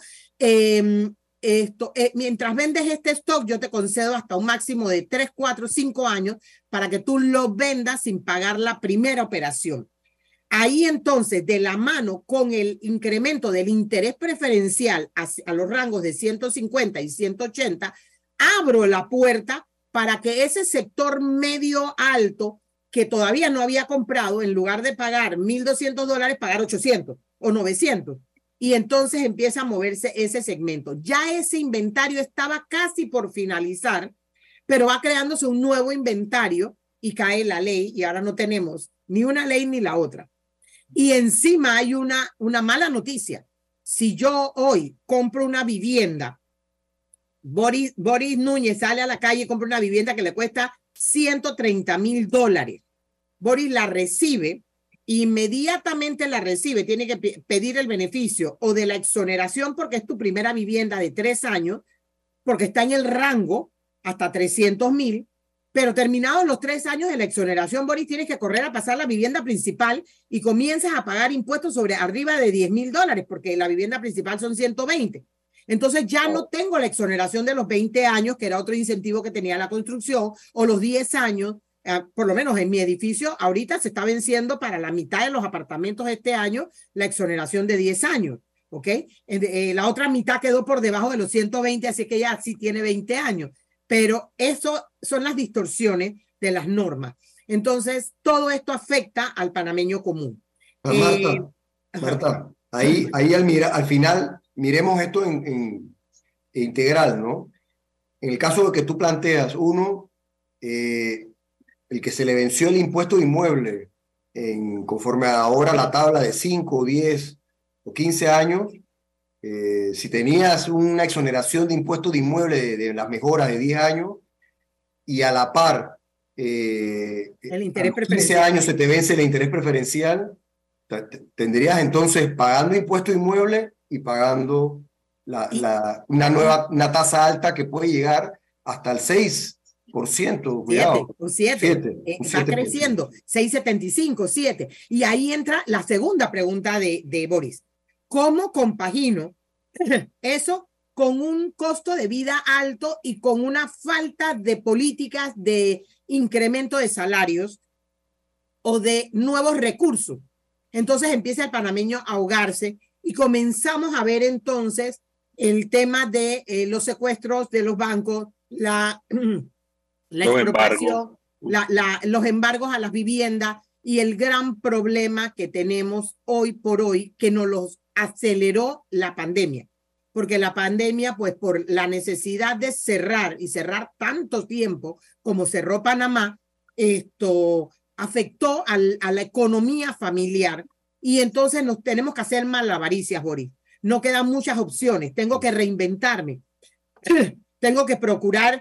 Eh, Esto, eh, mientras vendes este stock, yo te concedo hasta un máximo de tres, cuatro, cinco años para que tú lo vendas sin pagar la primera operación. Ahí entonces, de la mano con el incremento del interés preferencial a, a los rangos de ciento cincuenta y ciento ochenta, abro la puerta para que ese sector medio alto que todavía no había comprado, en lugar de pagar mil doscientos dólares, pagar ochocientos o novecientos. Y entonces empieza a moverse ese segmento. Ya ese inventario estaba casi por finalizar, pero va creándose un nuevo inventario y cae la ley, y ahora no tenemos ni una ley ni la otra. Y encima hay una, una mala noticia. Si yo hoy compro una vivienda, Boris, Boris Núñez sale a la calle y compra una vivienda que le cuesta ciento treinta mil dólares. Boris la recibe, inmediatamente la recibe, tiene que pedir el beneficio o de la exoneración porque es tu primera vivienda de tres años, porque está en el rango hasta trescientos mil, pero terminados los tres años de la exoneración, Boris, tienes que correr a pasar la vivienda principal y comienzas a pagar impuestos sobre arriba de diez mil dólares, porque la vivienda principal son ciento veinte. Entonces ya no tengo la exoneración de los veinte años, que era otro incentivo que tenía la construcción, o los diez años. Uh, por lo menos en mi edificio, ahorita se está venciendo para la mitad de los apartamentos este año la exoneración de diez años, ¿ok? Eh, eh, la otra mitad quedó por debajo de los ciento veinte, así que ya sí tiene veinte años. Pero eso son las distorsiones de las normas. Entonces, todo esto afecta al panameño común. Marta, eh, Marta ahí, ahí al, mira, al final, miremos esto en, en integral, ¿no? En el caso de que tú planteas, uno, eh, el que se le venció el impuesto de inmueble, en, conforme a ahora la tabla de cinco, diez o quince años, eh, si tenías una exoneración de impuesto de inmueble de, de las mejoras de diez años, y a la par eh, el interés a los quince preferencial. años se te vence el interés preferencial, tendrías entonces pagando impuesto inmueble y pagando la, la, una nueva una tasa alta que puede llegar hasta el seis por ciento. Cuidado. Un siete, siete, eh, un va siete por ciento. creciendo, seis coma setenta y cinco, siete. Y ahí entra la segunda pregunta de, de Boris. ¿Cómo compagino eso con un costo de vida alto y con una falta de políticas de incremento de salarios o de nuevos recursos? Entonces empieza el panameño a ahogarse y comenzamos a ver entonces el tema de eh, los secuestros de los bancos, la, la los expropiación, embargos. la, la, los embargos a las viviendas y el gran problema que tenemos hoy por hoy que nos los aceleró la pandemia. Porque la pandemia, pues por la necesidad de cerrar y cerrar tanto tiempo como cerró Panamá, esto afectó al, a la economía familiar y entonces nos tenemos que hacer malabaricias, Boris. No quedan muchas opciones. Tengo que reinventarme. Tengo que procurar,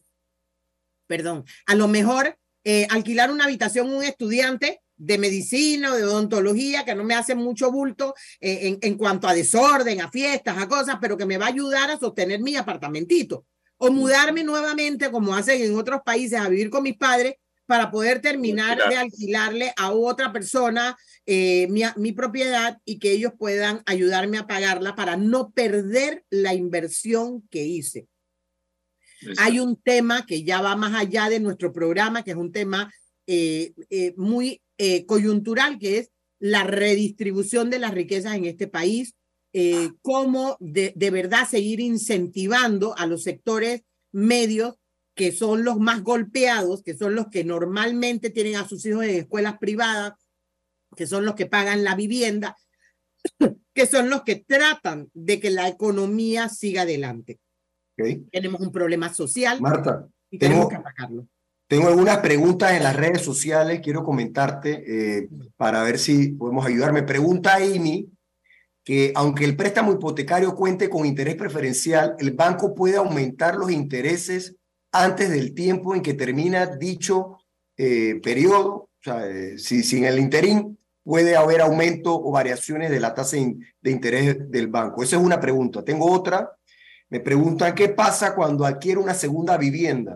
perdón, a lo mejor eh, alquilar una habitación a un estudiante de medicina o de odontología que no me hace mucho bulto eh, en, en cuanto a desorden, a fiestas, a cosas, pero que me va a ayudar a sostener mi apartamentito. O mudarme nuevamente, como hacen en otros países, a vivir con mis padres para poder terminar de alquilarle a otra persona eh, mi, mi propiedad y que ellos puedan ayudarme a pagarla para no perder la inversión que hice. Exacto. Hay un tema que ya va más allá de nuestro programa, que es un tema eh, eh, muy eh, coyuntural, que es la redistribución de las riquezas en este país, eh, cómo de, de verdad seguir incentivando a los sectores medios que son los más golpeados, que son los que normalmente tienen a sus hijos en escuelas privadas, que son los que pagan la vivienda, que son los que tratan de que la economía siga adelante. Okay. Tenemos un problema social, Marta, y tengo, tenemos que atacarlo. Tengo algunas preguntas en las redes sociales, quiero comentarte eh, para ver si podemos ayudar. Me pregunta Amy que aunque el préstamo hipotecario cuente con interés preferencial, el banco puede aumentar los intereses antes del tiempo en que termina dicho eh, periodo. O sea, eh, si, si en el interín puede haber aumento o variaciones de la tasa de interés del banco. Esa es una pregunta. Tengo otra. Me preguntan qué pasa cuando adquiere una segunda vivienda.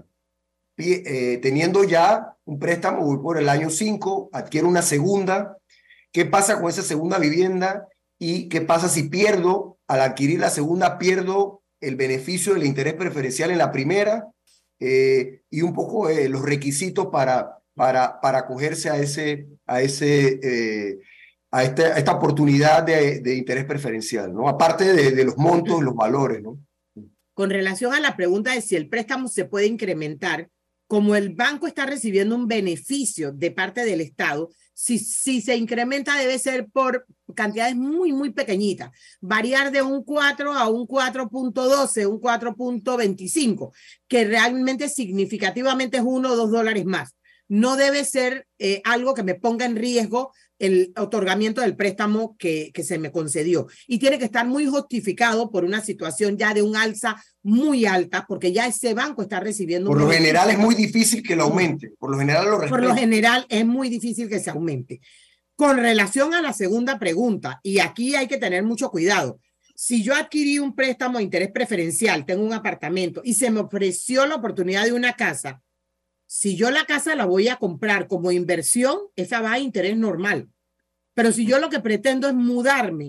Eh, teniendo ya un préstamo, voy por el año cinco, adquiere una segunda. ¿Qué pasa con esa segunda vivienda? ¿Y qué pasa si pierdo, al adquirir la segunda, pierdo el beneficio del interés preferencial en la primera? Eh, y un poco eh, los requisitos para, para, para acogerse a, ese, a, ese, eh, a, este, a esta oportunidad de, de interés preferencial, ¿no? Aparte de, de los montos, los valores, ¿no? Con relación a la pregunta de si el préstamo se puede incrementar, como el banco está recibiendo un beneficio de parte del Estado, si, si se incrementa debe ser por cantidades muy, muy pequeñitas, variar de un cuatro a un cuatro punto doce, un cuatro punto veinticinco, que realmente significativamente es uno o dos dólares más. No debe ser eh, algo que me ponga en riesgo el otorgamiento del préstamo que, que se me concedió. Y tiene que estar muy justificado por una situación ya de un alza muy alta, porque ya ese banco está recibiendo... Por lo general es muy difícil que lo aumente. Por lo general lo Por lo general es muy difícil que se aumente. Con relación a la segunda pregunta, y aquí hay que tener mucho cuidado. Si yo adquirí un préstamo de interés preferencial, tengo un apartamento y se me ofreció la oportunidad de una casa, si yo la casa la voy a comprar como inversión, esa va a interés normal. Pero si yo lo que pretendo es mudarme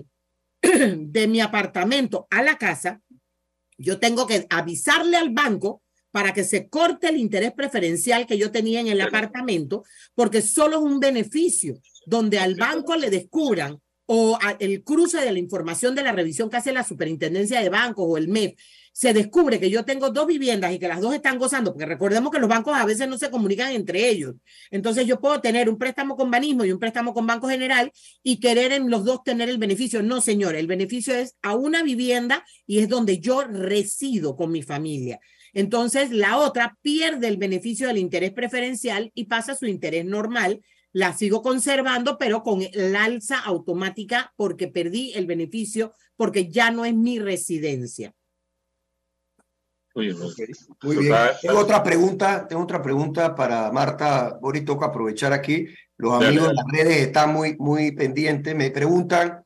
de mi apartamento a la casa, yo tengo que avisarle al banco para que se corte el interés preferencial que yo tenía en el apartamento, porque solo es un beneficio donde al banco le descubran o el cruce de la información de la revisión que hace la Superintendencia de Bancos o el M E F, se descubre que yo tengo dos viviendas y que las dos están gozando, porque recordemos que los bancos a veces no se comunican entre ellos. Entonces yo puedo tener un préstamo con Banismo y un préstamo con Banco General y querer en los dos tener el beneficio. No, señor, el beneficio es a una vivienda y es donde yo resido con mi familia. Entonces la otra pierde el beneficio del interés preferencial y pasa a su interés normal. La sigo conservando, pero con la alza automática porque perdí el beneficio, porque ya no es mi residencia. Muy bien. Okay. Muy bien. Tengo otra pregunta, tengo otra pregunta para Marta. Boris, toca aprovechar aquí. Los amigos de las redes están muy, muy pendientes. Me preguntan,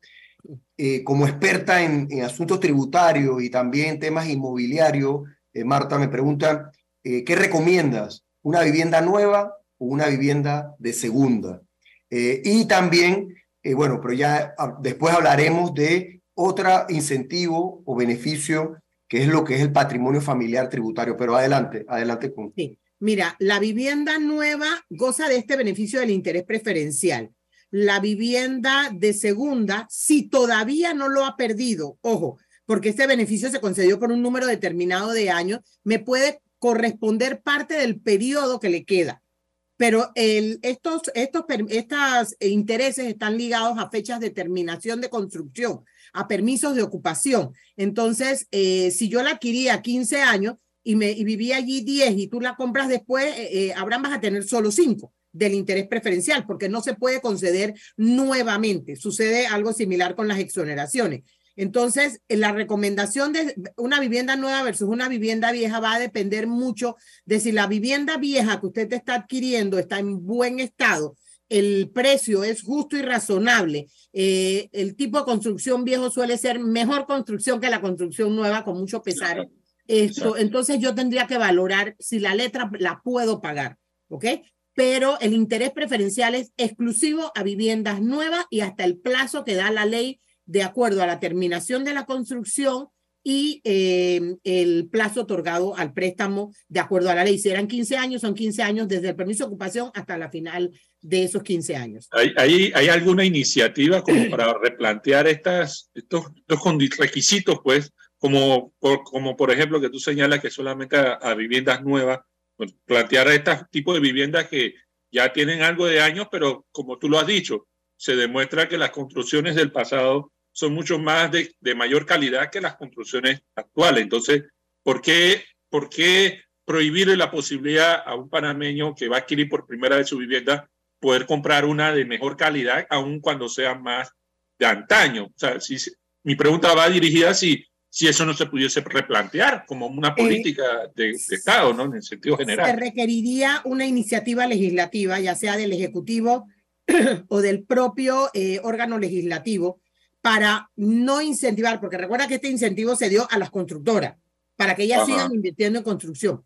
eh, como experta en, en asuntos tributarios y también temas inmobiliarios, eh, Marta, me preguntan, eh, ¿qué recomiendas? ¿Una vivienda nueva o una vivienda de segunda? Eh, y también, eh, bueno, pero ya a, después hablaremos de otro incentivo o beneficio que es lo que es el patrimonio familiar tributario. Pero adelante, adelante con... Sí. Mira, la vivienda nueva goza de este beneficio del interés preferencial. La vivienda de segunda, si todavía no lo ha perdido, ojo, porque este beneficio se concedió por un número determinado de años, me puede corresponder parte del periodo que le queda. Pero el, estos, estos, estos intereses están ligados a fechas de terminación de construcción, a permisos de ocupación. Entonces, eh, si yo la adquirí a quince años y, me, y viví allí diez y tú la compras después, eh, eh, Abraham, vas a tener solo cinco del interés preferencial, porque no se puede conceder nuevamente. Sucede algo similar con las exoneraciones. Entonces, la recomendación de una vivienda nueva versus una vivienda vieja va a depender mucho de si la vivienda vieja que usted está adquiriendo está en buen estado, el precio es justo y razonable, eh, el tipo de construcción viejo suele ser mejor construcción que la construcción nueva, con mucho pesar. Esto, entonces yo tendría que valorar si la letra la puedo pagar, ¿ok? Pero el interés preferencial es exclusivo a viviendas nuevas y hasta el plazo que da la ley de acuerdo a la terminación de la construcción y eh, el plazo otorgado al préstamo de acuerdo a la ley. Si eran quince años, son quince años desde el permiso de ocupación hasta la final de esos quince años. ¿Hay, hay, hay alguna iniciativa como para replantear estas, estos, estos requisitos, pues, como por, como por ejemplo que tú señalas que solamente a, a viviendas nuevas, pues, plantear este tipo de viviendas que ya tienen algo de años, pero como tú lo has dicho, se demuestra que las construcciones del pasado son mucho más de, de mayor calidad que las construcciones actuales. Entonces, ¿por qué, por qué prohibirle la posibilidad a un panameño que va a adquirir por primera vez su vivienda poder comprar una de mejor calidad, aun cuando sea más de antaño? O sea, si, mi pregunta va dirigida a si, si eso no se pudiese replantear como una política eh, de, de Estado, ¿no? En el sentido general. Se requeriría una iniciativa legislativa, ya sea del Ejecutivo o del propio eh, órgano legislativo, para no incentivar, porque recuerda que este incentivo se dio a las constructoras, para que ellas Ajá. sigan invirtiendo en construcción.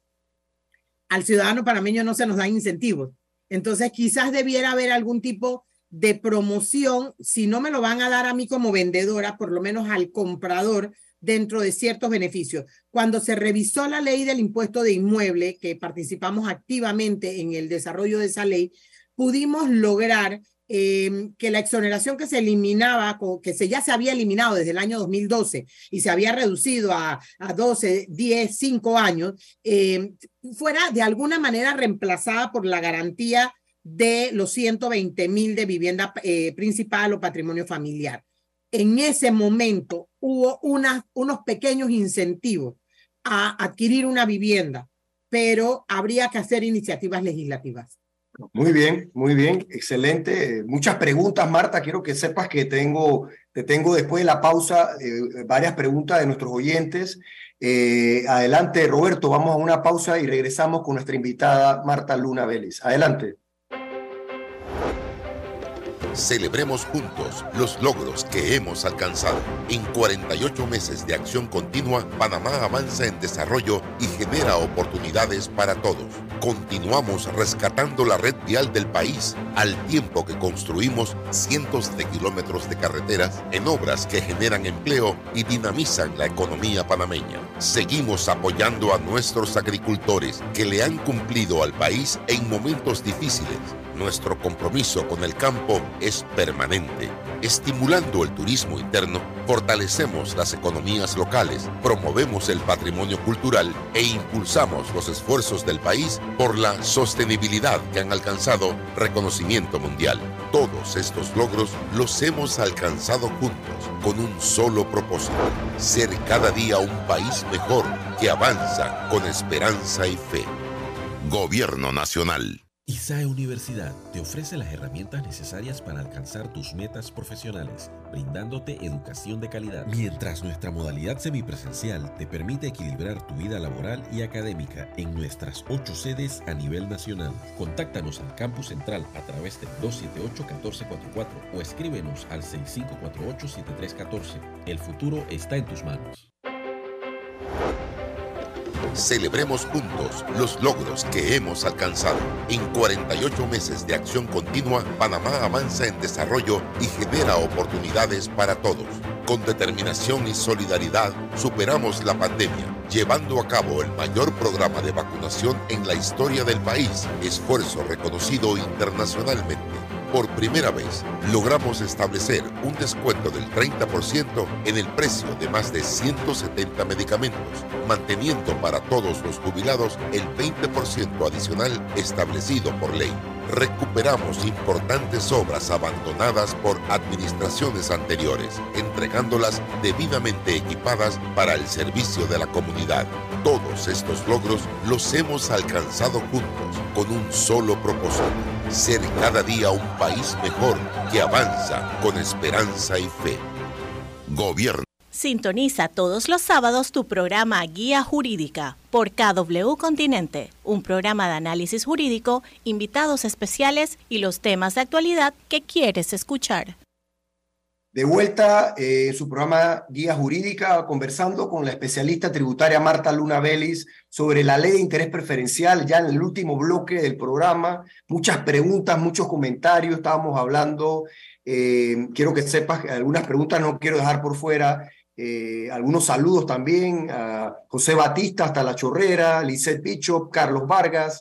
Al ciudadano panameño no se nos dan incentivos. Entonces quizás debiera haber algún tipo de promoción, si no me lo van a dar a mí como vendedora, por lo menos al comprador, dentro de ciertos beneficios. Cuando se revisó la ley del impuesto de inmueble, que participamos activamente en el desarrollo de esa ley, pudimos lograr eh, que la exoneración que se eliminaba, que se, ya se había eliminado desde el año dos mil doce y se había reducido a, a doce, diez, cinco años, eh, fuera de alguna manera reemplazada por la garantía de los ciento veinte mil de vivienda eh, principal o patrimonio familiar. En ese momento hubo una, unos pequeños incentivos a adquirir una vivienda, pero habría que hacer iniciativas legislativas. Muy bien, muy bien, excelente. Muchas preguntas, Marta. Quiero que sepas que tengo, te tengo después de la pausa eh, varias preguntas de nuestros oyentes. Eh, adelante, Roberto, vamos a una pausa y regresamos con nuestra invitada Marta Luna Vélez. Adelante. Celebremos juntos los logros que hemos alcanzado. En cuarenta y ocho meses de acción continua, Panamá avanza en desarrollo y genera oportunidades para todos. Continuamos rescatando la red vial del país al tiempo que construimos cientos de kilómetros de carreteras en obras que generan empleo y dinamizan la economía panameña. Seguimos apoyando a nuestros agricultores que le han cumplido al país en momentos difíciles. Nuestro compromiso con el campo es permanente. Estimulando el turismo interno, fortalecemos las economías locales, promovemos el patrimonio cultural e impulsamos los esfuerzos del país por la sostenibilidad que han alcanzado reconocimiento mundial. Todos estos logros los hemos alcanzado juntos con un solo propósito: ser cada día un país mejor que avanza con esperanza y fe. Gobierno Nacional. I S A E Universidad te ofrece las herramientas necesarias para alcanzar tus metas profesionales, brindándote educación de calidad. Mientras nuestra modalidad semipresencial te permite equilibrar tu vida laboral y académica en nuestras ocho sedes a nivel nacional. Contáctanos al Campus Central a través del dos siete ocho, uno cuatro cuatro cuatro o escríbenos al seis cinco cuatro ocho, siete tres uno cuatro. El futuro está en tus manos. Celebremos juntos los logros que hemos alcanzado. En cuarenta y ocho meses de acción continua, Panamá avanza en desarrollo y genera oportunidades para todos. Con determinación y solidaridad, superamos la pandemia, llevando a cabo el mayor programa de vacunación en la historia del país, esfuerzo reconocido internacionalmente. Por primera vez, logramos establecer un descuento del treinta por ciento en el precio de más de ciento setenta medicamentos, manteniendo para todos los jubilados el veinte por ciento adicional establecido por ley. Recuperamos importantes obras abandonadas por administraciones anteriores, entregándolas debidamente equipadas para el servicio de la comunidad. Todos estos logros los hemos alcanzado juntos con un solo propósito: ser cada día un país mejor que avanza con esperanza y fe. Gobierno. Sintoniza todos los sábados tu programa Guía Jurídica por K W Continente, un programa de análisis jurídico, invitados especiales y los temas de actualidad que quieres escuchar. De vuelta en eh, su programa Guía Jurídica, conversando con la especialista tributaria Marta Luna Vélez sobre la ley de interés preferencial, ya en el último bloque del programa. Muchas preguntas, muchos comentarios, estábamos hablando, eh, quiero que sepas que algunas preguntas no quiero dejar por fuera. Eh, algunos saludos también a José Batista hasta La Chorrera, Lisette Bishop, Carlos Vargas,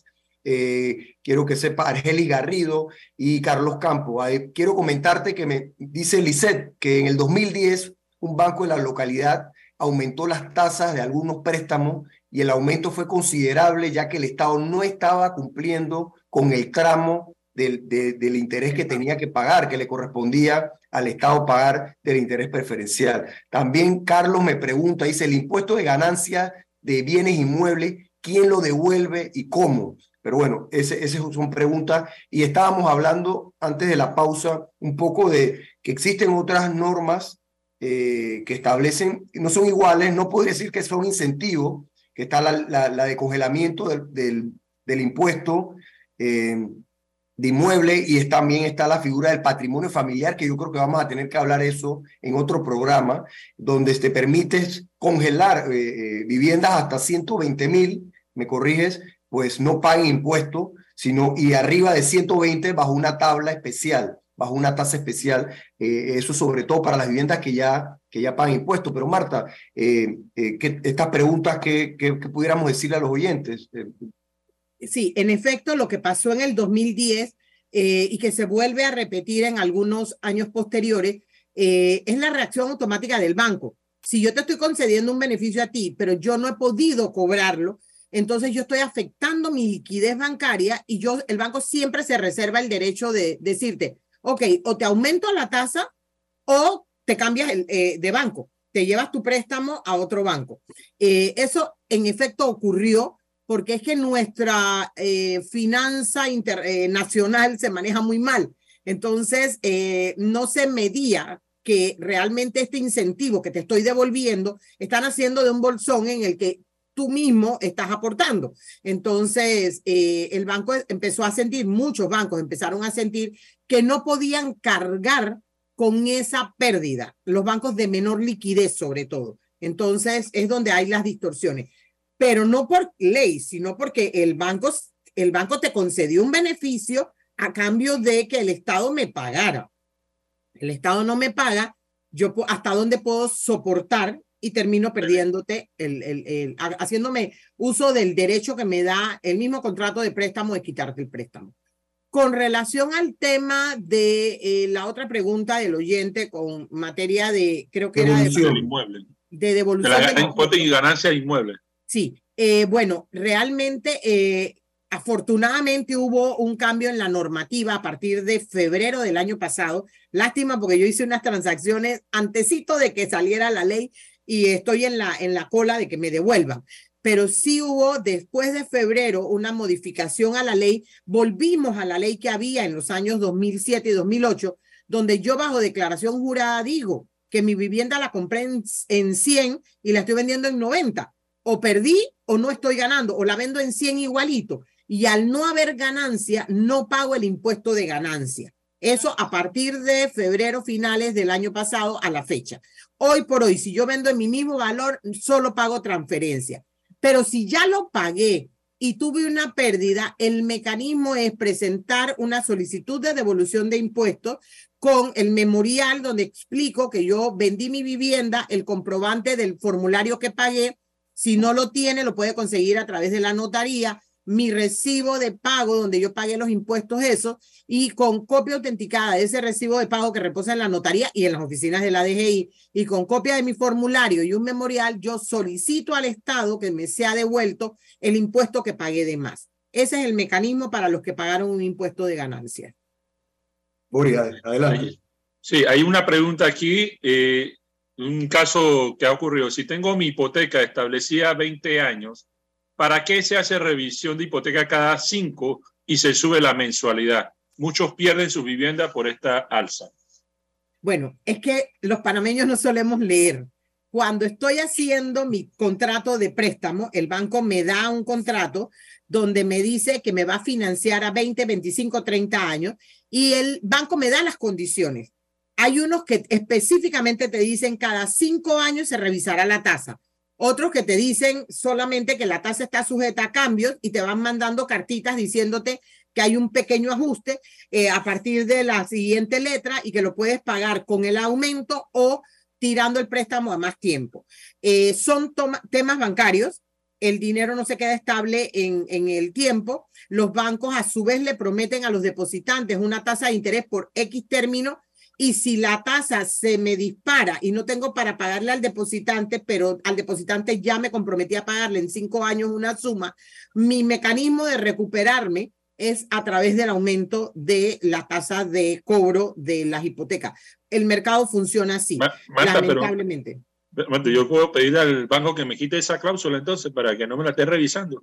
eh, quiero que sepa Argeli Garrido y Carlos Campo. Eh, quiero comentarte que me dice Lisette que en el dos mil diez un banco de la localidad aumentó las tasas de algunos préstamos y el aumento fue considerable ya que el Estado no estaba cumpliendo con el tramo Del, de, del interés que tenía que pagar, que le correspondía al Estado pagar del interés preferencial. También Carlos me pregunta, dice, el impuesto de ganancia de bienes inmuebles, ¿quién lo devuelve y cómo? Pero bueno, esas ese son preguntas. Y estábamos hablando antes de la pausa un poco de que existen otras normas eh, que establecen, no son iguales, no puedo decir que son incentivos, que está la, la, la de congelamiento del, del, del impuesto, eh, de inmueble, y es, también está la figura del patrimonio familiar, que yo creo que vamos a tener que hablar eso en otro programa, donde te permites congelar eh, eh, viviendas hasta ciento veinte mil, me corriges, pues no paguen impuestos, sino y arriba de ciento veinte bajo una tabla especial, bajo una tasa especial, eh, eso sobre todo para las viviendas que ya, que ya pagan impuestos. Pero Marta, eh, eh, que, estas preguntas que, que, que pudiéramos decirle a los oyentes. Eh, Sí, en efecto, lo que pasó en el dos mil diez eh, y que se vuelve a repetir en algunos años posteriores eh, es la reacción automática del banco. Si yo te estoy concediendo un beneficio a ti, pero yo no he podido cobrarlo, entonces yo estoy afectando mi liquidez bancaria y yo, el banco siempre se reserva el derecho de decirte, ok, o te aumento la tasa o te cambias el, eh, de banco, te llevas tu préstamo a otro banco. Eh, eso en efecto ocurrió, porque es que nuestra eh, finanza internacional eh, se maneja muy mal. Entonces, eh, no se medía que realmente este incentivo que te estoy devolviendo están haciendo de un bolsón en el que tú mismo estás aportando. Entonces, eh, el banco empezó a sentir, muchos bancos empezaron a sentir que no podían cargar con esa pérdida, los bancos de menor liquidez sobre todo. Entonces, es donde hay las distorsiones. Pero no por ley, sino porque el banco, el banco te concedió un beneficio a cambio de que el Estado me pagara. El Estado no me paga, yo hasta dónde puedo soportar y termino perdiéndote, el, el, el, haciéndome uso del derecho que me da el mismo contrato de préstamo de quitarte el préstamo. Con relación al tema de eh, la otra pregunta del oyente con materia de, creo que era de, de devolución de la impuesto y ganancia de inmuebles. Sí, eh, bueno, realmente, eh, afortunadamente hubo un cambio en la normativa a partir de febrero del año pasado. Lástima porque yo hice unas transacciones antesito de que saliera la ley y estoy en la, en la cola de que me devuelvan. pero sí hubo después de febrero una modificación a la ley. Volvimos a la ley que había en los años dos mil siete y dos mil ocho, donde yo bajo declaración jurada digo que mi vivienda la compré en, en cien y la estoy vendiendo en noventa. O perdí o no estoy ganando, o la vendo en cien igualito. Y al no haber ganancia, no pago el impuesto de ganancia. Eso a partir de febrero, finales del año pasado a la fecha. Hoy por hoy, si yo vendo en mi mismo valor, solo pago transferencia. Pero si ya lo pagué y tuve una pérdida, el mecanismo es presentar una solicitud de devolución de impuestos con el memorial donde explico que yo vendí mi vivienda, el comprobante del formulario que pagué. Si no lo tiene, lo puede conseguir a través de la notaría, mi recibo de pago donde yo pagué los impuestos, eso, y con copia autenticada de ese recibo de pago que reposa en la notaría y en las oficinas de la D G I, y con copia de mi formulario y un memorial, yo solicito al Estado que me sea devuelto el impuesto que pagué de más. Ese es el mecanismo para los que pagaron un impuesto de ganancia. Boris, adelante. Sí, hay una pregunta aquí, eh, un caso que ha ocurrido. Si tengo mi hipoteca establecida veinte años, ¿para qué se hace revisión de hipoteca cada cinco y se sube la mensualidad? Muchos pierden su vivienda por esta alza. Bueno, es que los panameños no solemos leer. Cuando estoy haciendo mi contrato de préstamo, el banco me da un contrato donde me dice que me va a financiar a veinte, veinticinco, treinta años y el banco me da las condiciones. Hay unos que específicamente te dicen cada cinco años se revisará la tasa. Otros que te dicen solamente que la tasa está sujeta a cambios y te van mandando cartitas diciéndote que hay un pequeño ajuste eh, a partir de la siguiente letra y que lo puedes pagar con el aumento o tirando el préstamo a más tiempo. Eh, son temas bancarios. El dinero no se queda estable en, en el tiempo. Los bancos a su vez le prometen a los depositantes una tasa de interés por X término. Y si la tasa se me dispara y no tengo para pagarle al depositante, pero al depositante ya me comprometí a pagarle en cinco años una suma, mi mecanismo de recuperarme es a través del aumento de la tasa de cobro de las hipotecas. El mercado funciona así, Marta, lamentablemente. Pero, Marta, yo puedo pedir al banco que me quite esa cláusula entonces para que no me la esté revisando.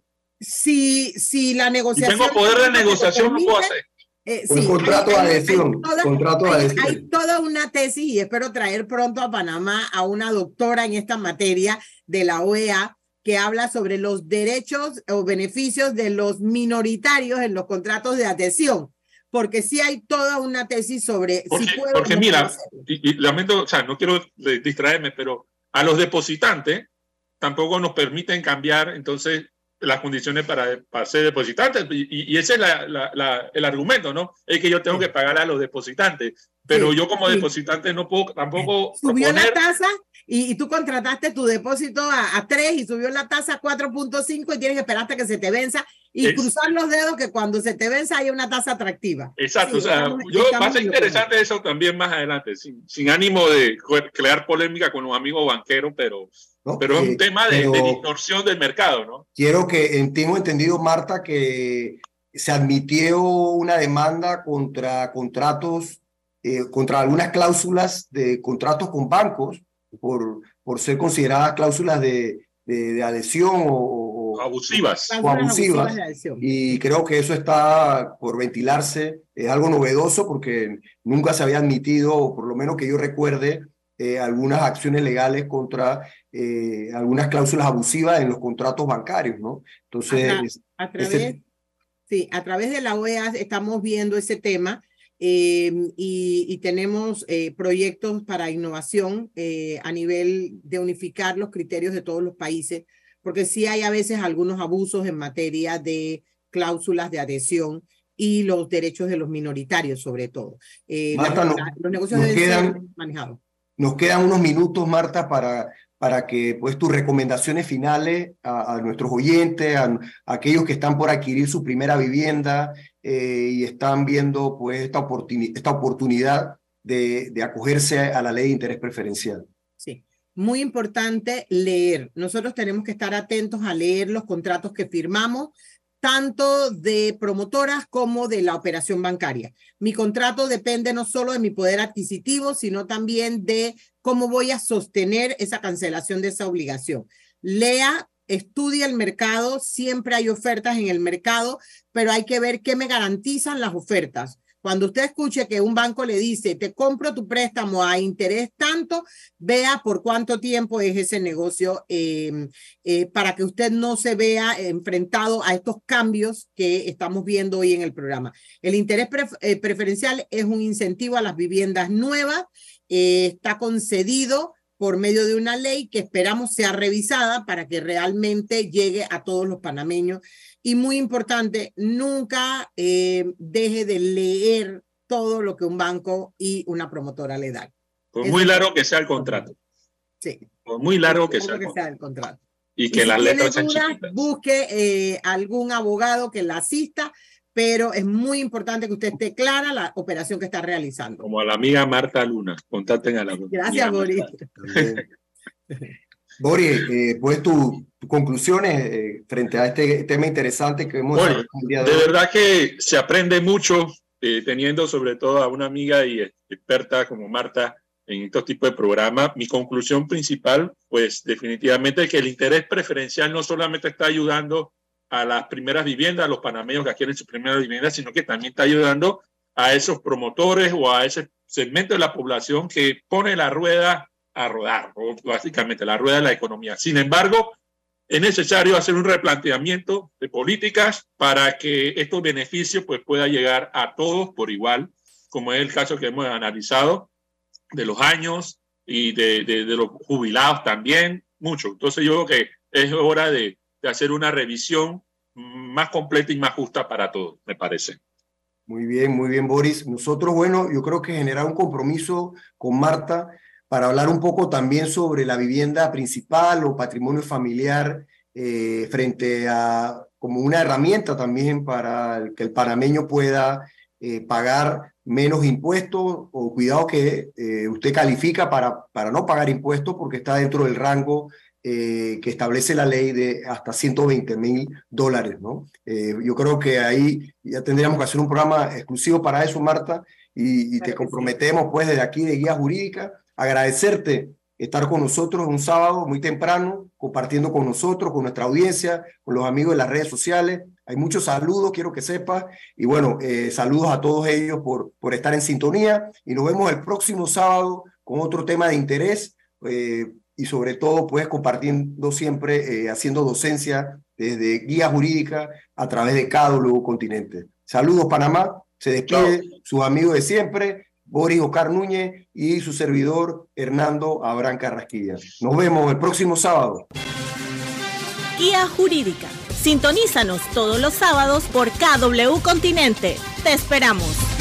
Si, si la negociación... Si tengo poder de negociación, lo puedo hacer. Eh, un sí, contrato hay, de hay, adhesión. Hay toda, contrato hay, de adhesión. Hay toda una tesis y espero traer pronto a Panamá a una doctora en esta materia de la O E A que habla sobre los derechos o beneficios de los minoritarios en los contratos de adhesión, porque sí hay toda una tesis sobre porque, si puedo porque no mira, y, y lamento, o sea, no quiero distraerme, pero a los depositantes tampoco nos permiten cambiar entonces las condiciones para, para ser depositantes y, y ese es la, la, la, el argumento, ¿no? Es que yo tengo que pagar a los depositantes, pero sí, yo como sí. depositante no puedo tampoco subió proponer... la tasa y, y tú contrataste tu depósito a, a tres y subió la tasa a cuatro punto cinco y tienes que esperar hasta que se te venza y es... cruzar los dedos que cuando se te venza haya una tasa atractiva. Exacto, sí, o sea, estamos, yo estamos va a ser interesante eso también más adelante, sin, sin ánimo de crear polémica con los amigos banqueros, pero... No, pero es un eh, tema de, de distorsión del mercado, ¿no? Quiero que, tengo entendido, Marta, que se admitió una demanda contra contratos, eh, contra algunas cláusulas de contratos con bancos por, por ser consideradas cláusulas de, de, de adhesión o, o abusivas. O abusivas. Y creo que eso está por ventilarse. Es algo novedoso porque nunca se había admitido, o por lo menos que yo recuerde, Eh, algunas acciones legales contra eh, algunas cláusulas abusivas en los contratos bancarios, ¿no? Entonces, a, a través, ese... sí, a través de la O E A estamos viendo ese tema eh, y, y tenemos eh, proyectos para innovación eh, a nivel de unificar los criterios de todos los países, porque sí hay a veces algunos abusos en materia de cláusulas de adhesión y los derechos de los minoritarios, sobre todo. Eh, Marta, la, no, los negocios deben quedan... ser manejados. Nos quedan unos minutos, Marta, para, para que pues, tus recomendaciones finales a, a nuestros oyentes, a, a aquellos que están por adquirir su primera vivienda eh, y están viendo pues, esta, oportuni esta oportunidad de, de acogerse a la ley de interés preferencial. Sí, muy importante leer. Nosotros tenemos que estar atentos a leer los contratos que firmamos, tanto de promotoras como de la operación bancaria. Mi contrato depende no solo de mi poder adquisitivo, sino también de cómo voy a sostener esa cancelación de esa obligación. Lea estudia el mercado, siempre hay ofertas en el mercado, pero hay que ver qué me garantizan las ofertas. Cuando usted escuche que un banco le dice, te compro tu préstamo a interés tanto, vea por cuánto tiempo es ese negocio eh, eh, para que usted no se vea enfrentado a estos cambios que estamos viendo hoy en el programa. El interés pref eh, preferencial es un incentivo a las viviendas nuevas, eh, está concedido por medio de una ley que esperamos sea revisada para que realmente llegue a todos los panameños. Y muy importante, nunca eh, deje de leer todo lo que un banco y una promotora le dan. Por muy largo que sea el contrato. Sí. Por muy largo que, sea, que el sea el contrato. Y que y las si letras sean dudas, chiquitas. Busque eh, algún abogado que la asista, pero es muy importante que usted esté clara la operación que está realizando. Como a la amiga Marta Luna. Contacten a la Gracias, Boris. Boris, eh, pues tus tu conclusiones eh, frente a este tema interesante que hemos Oye, de, de verdad que se aprende mucho eh, teniendo sobre todo a una amiga y experta como Marta en estos tipos de programas. Mi conclusión principal, pues definitivamente es que el interés preferencial no solamente está ayudando a las primeras viviendas, a los panameños que adquieren su primera vivienda, sino que también está ayudando a esos promotores o a ese segmento de la población que pone la rueda a rodar, o básicamente la rueda de la economía. Sin embargo, es necesario hacer un replanteamiento de políticas para que estos beneficios pues, puedan llegar a todos por igual, como es el caso que hemos analizado de los años y de, de, de los jubilados también, mucho. Entonces yo creo que es hora de, de hacer una revisión más completa y más justa para todos, me parece. Muy bien, muy bien, Boris. Nosotros, bueno, yo creo que generar un compromiso con Marta para hablar un poco también sobre la vivienda principal o patrimonio familiar eh, frente a como una herramienta también para el, que el panameño pueda eh, pagar menos impuestos o cuidado que eh, usted califica para, para no pagar impuestos porque está dentro del rango eh, que establece la ley de hasta ciento veinte mil dólares, ¿no? Eh, yo creo que ahí ya tendríamos que hacer un programa exclusivo para eso, Marta, y, y te comprometemos pues desde aquí de Guía Jurídica. Agradecerte estar con nosotros un sábado muy temprano, compartiendo con nosotros, con nuestra audiencia, con los amigos de las redes sociales. Hay muchos saludos, quiero que sepas. Y bueno, eh, saludos a todos ellos por, por estar en sintonía. Y nos vemos el próximo sábado con otro tema de interés eh, y sobre todo, pues, compartiendo siempre, eh, haciendo docencia desde Guía Jurídica a través de K W Continente. Saludos, Panamá. Se despide Chao. Sus amigos de siempre, Boris Oscar Núñez y su servidor Hernando Abraham Carrasquilla. Nos vemos el próximo sábado. Guía Jurídica. Sintonízanos todos los sábados por K W Continente. Te esperamos.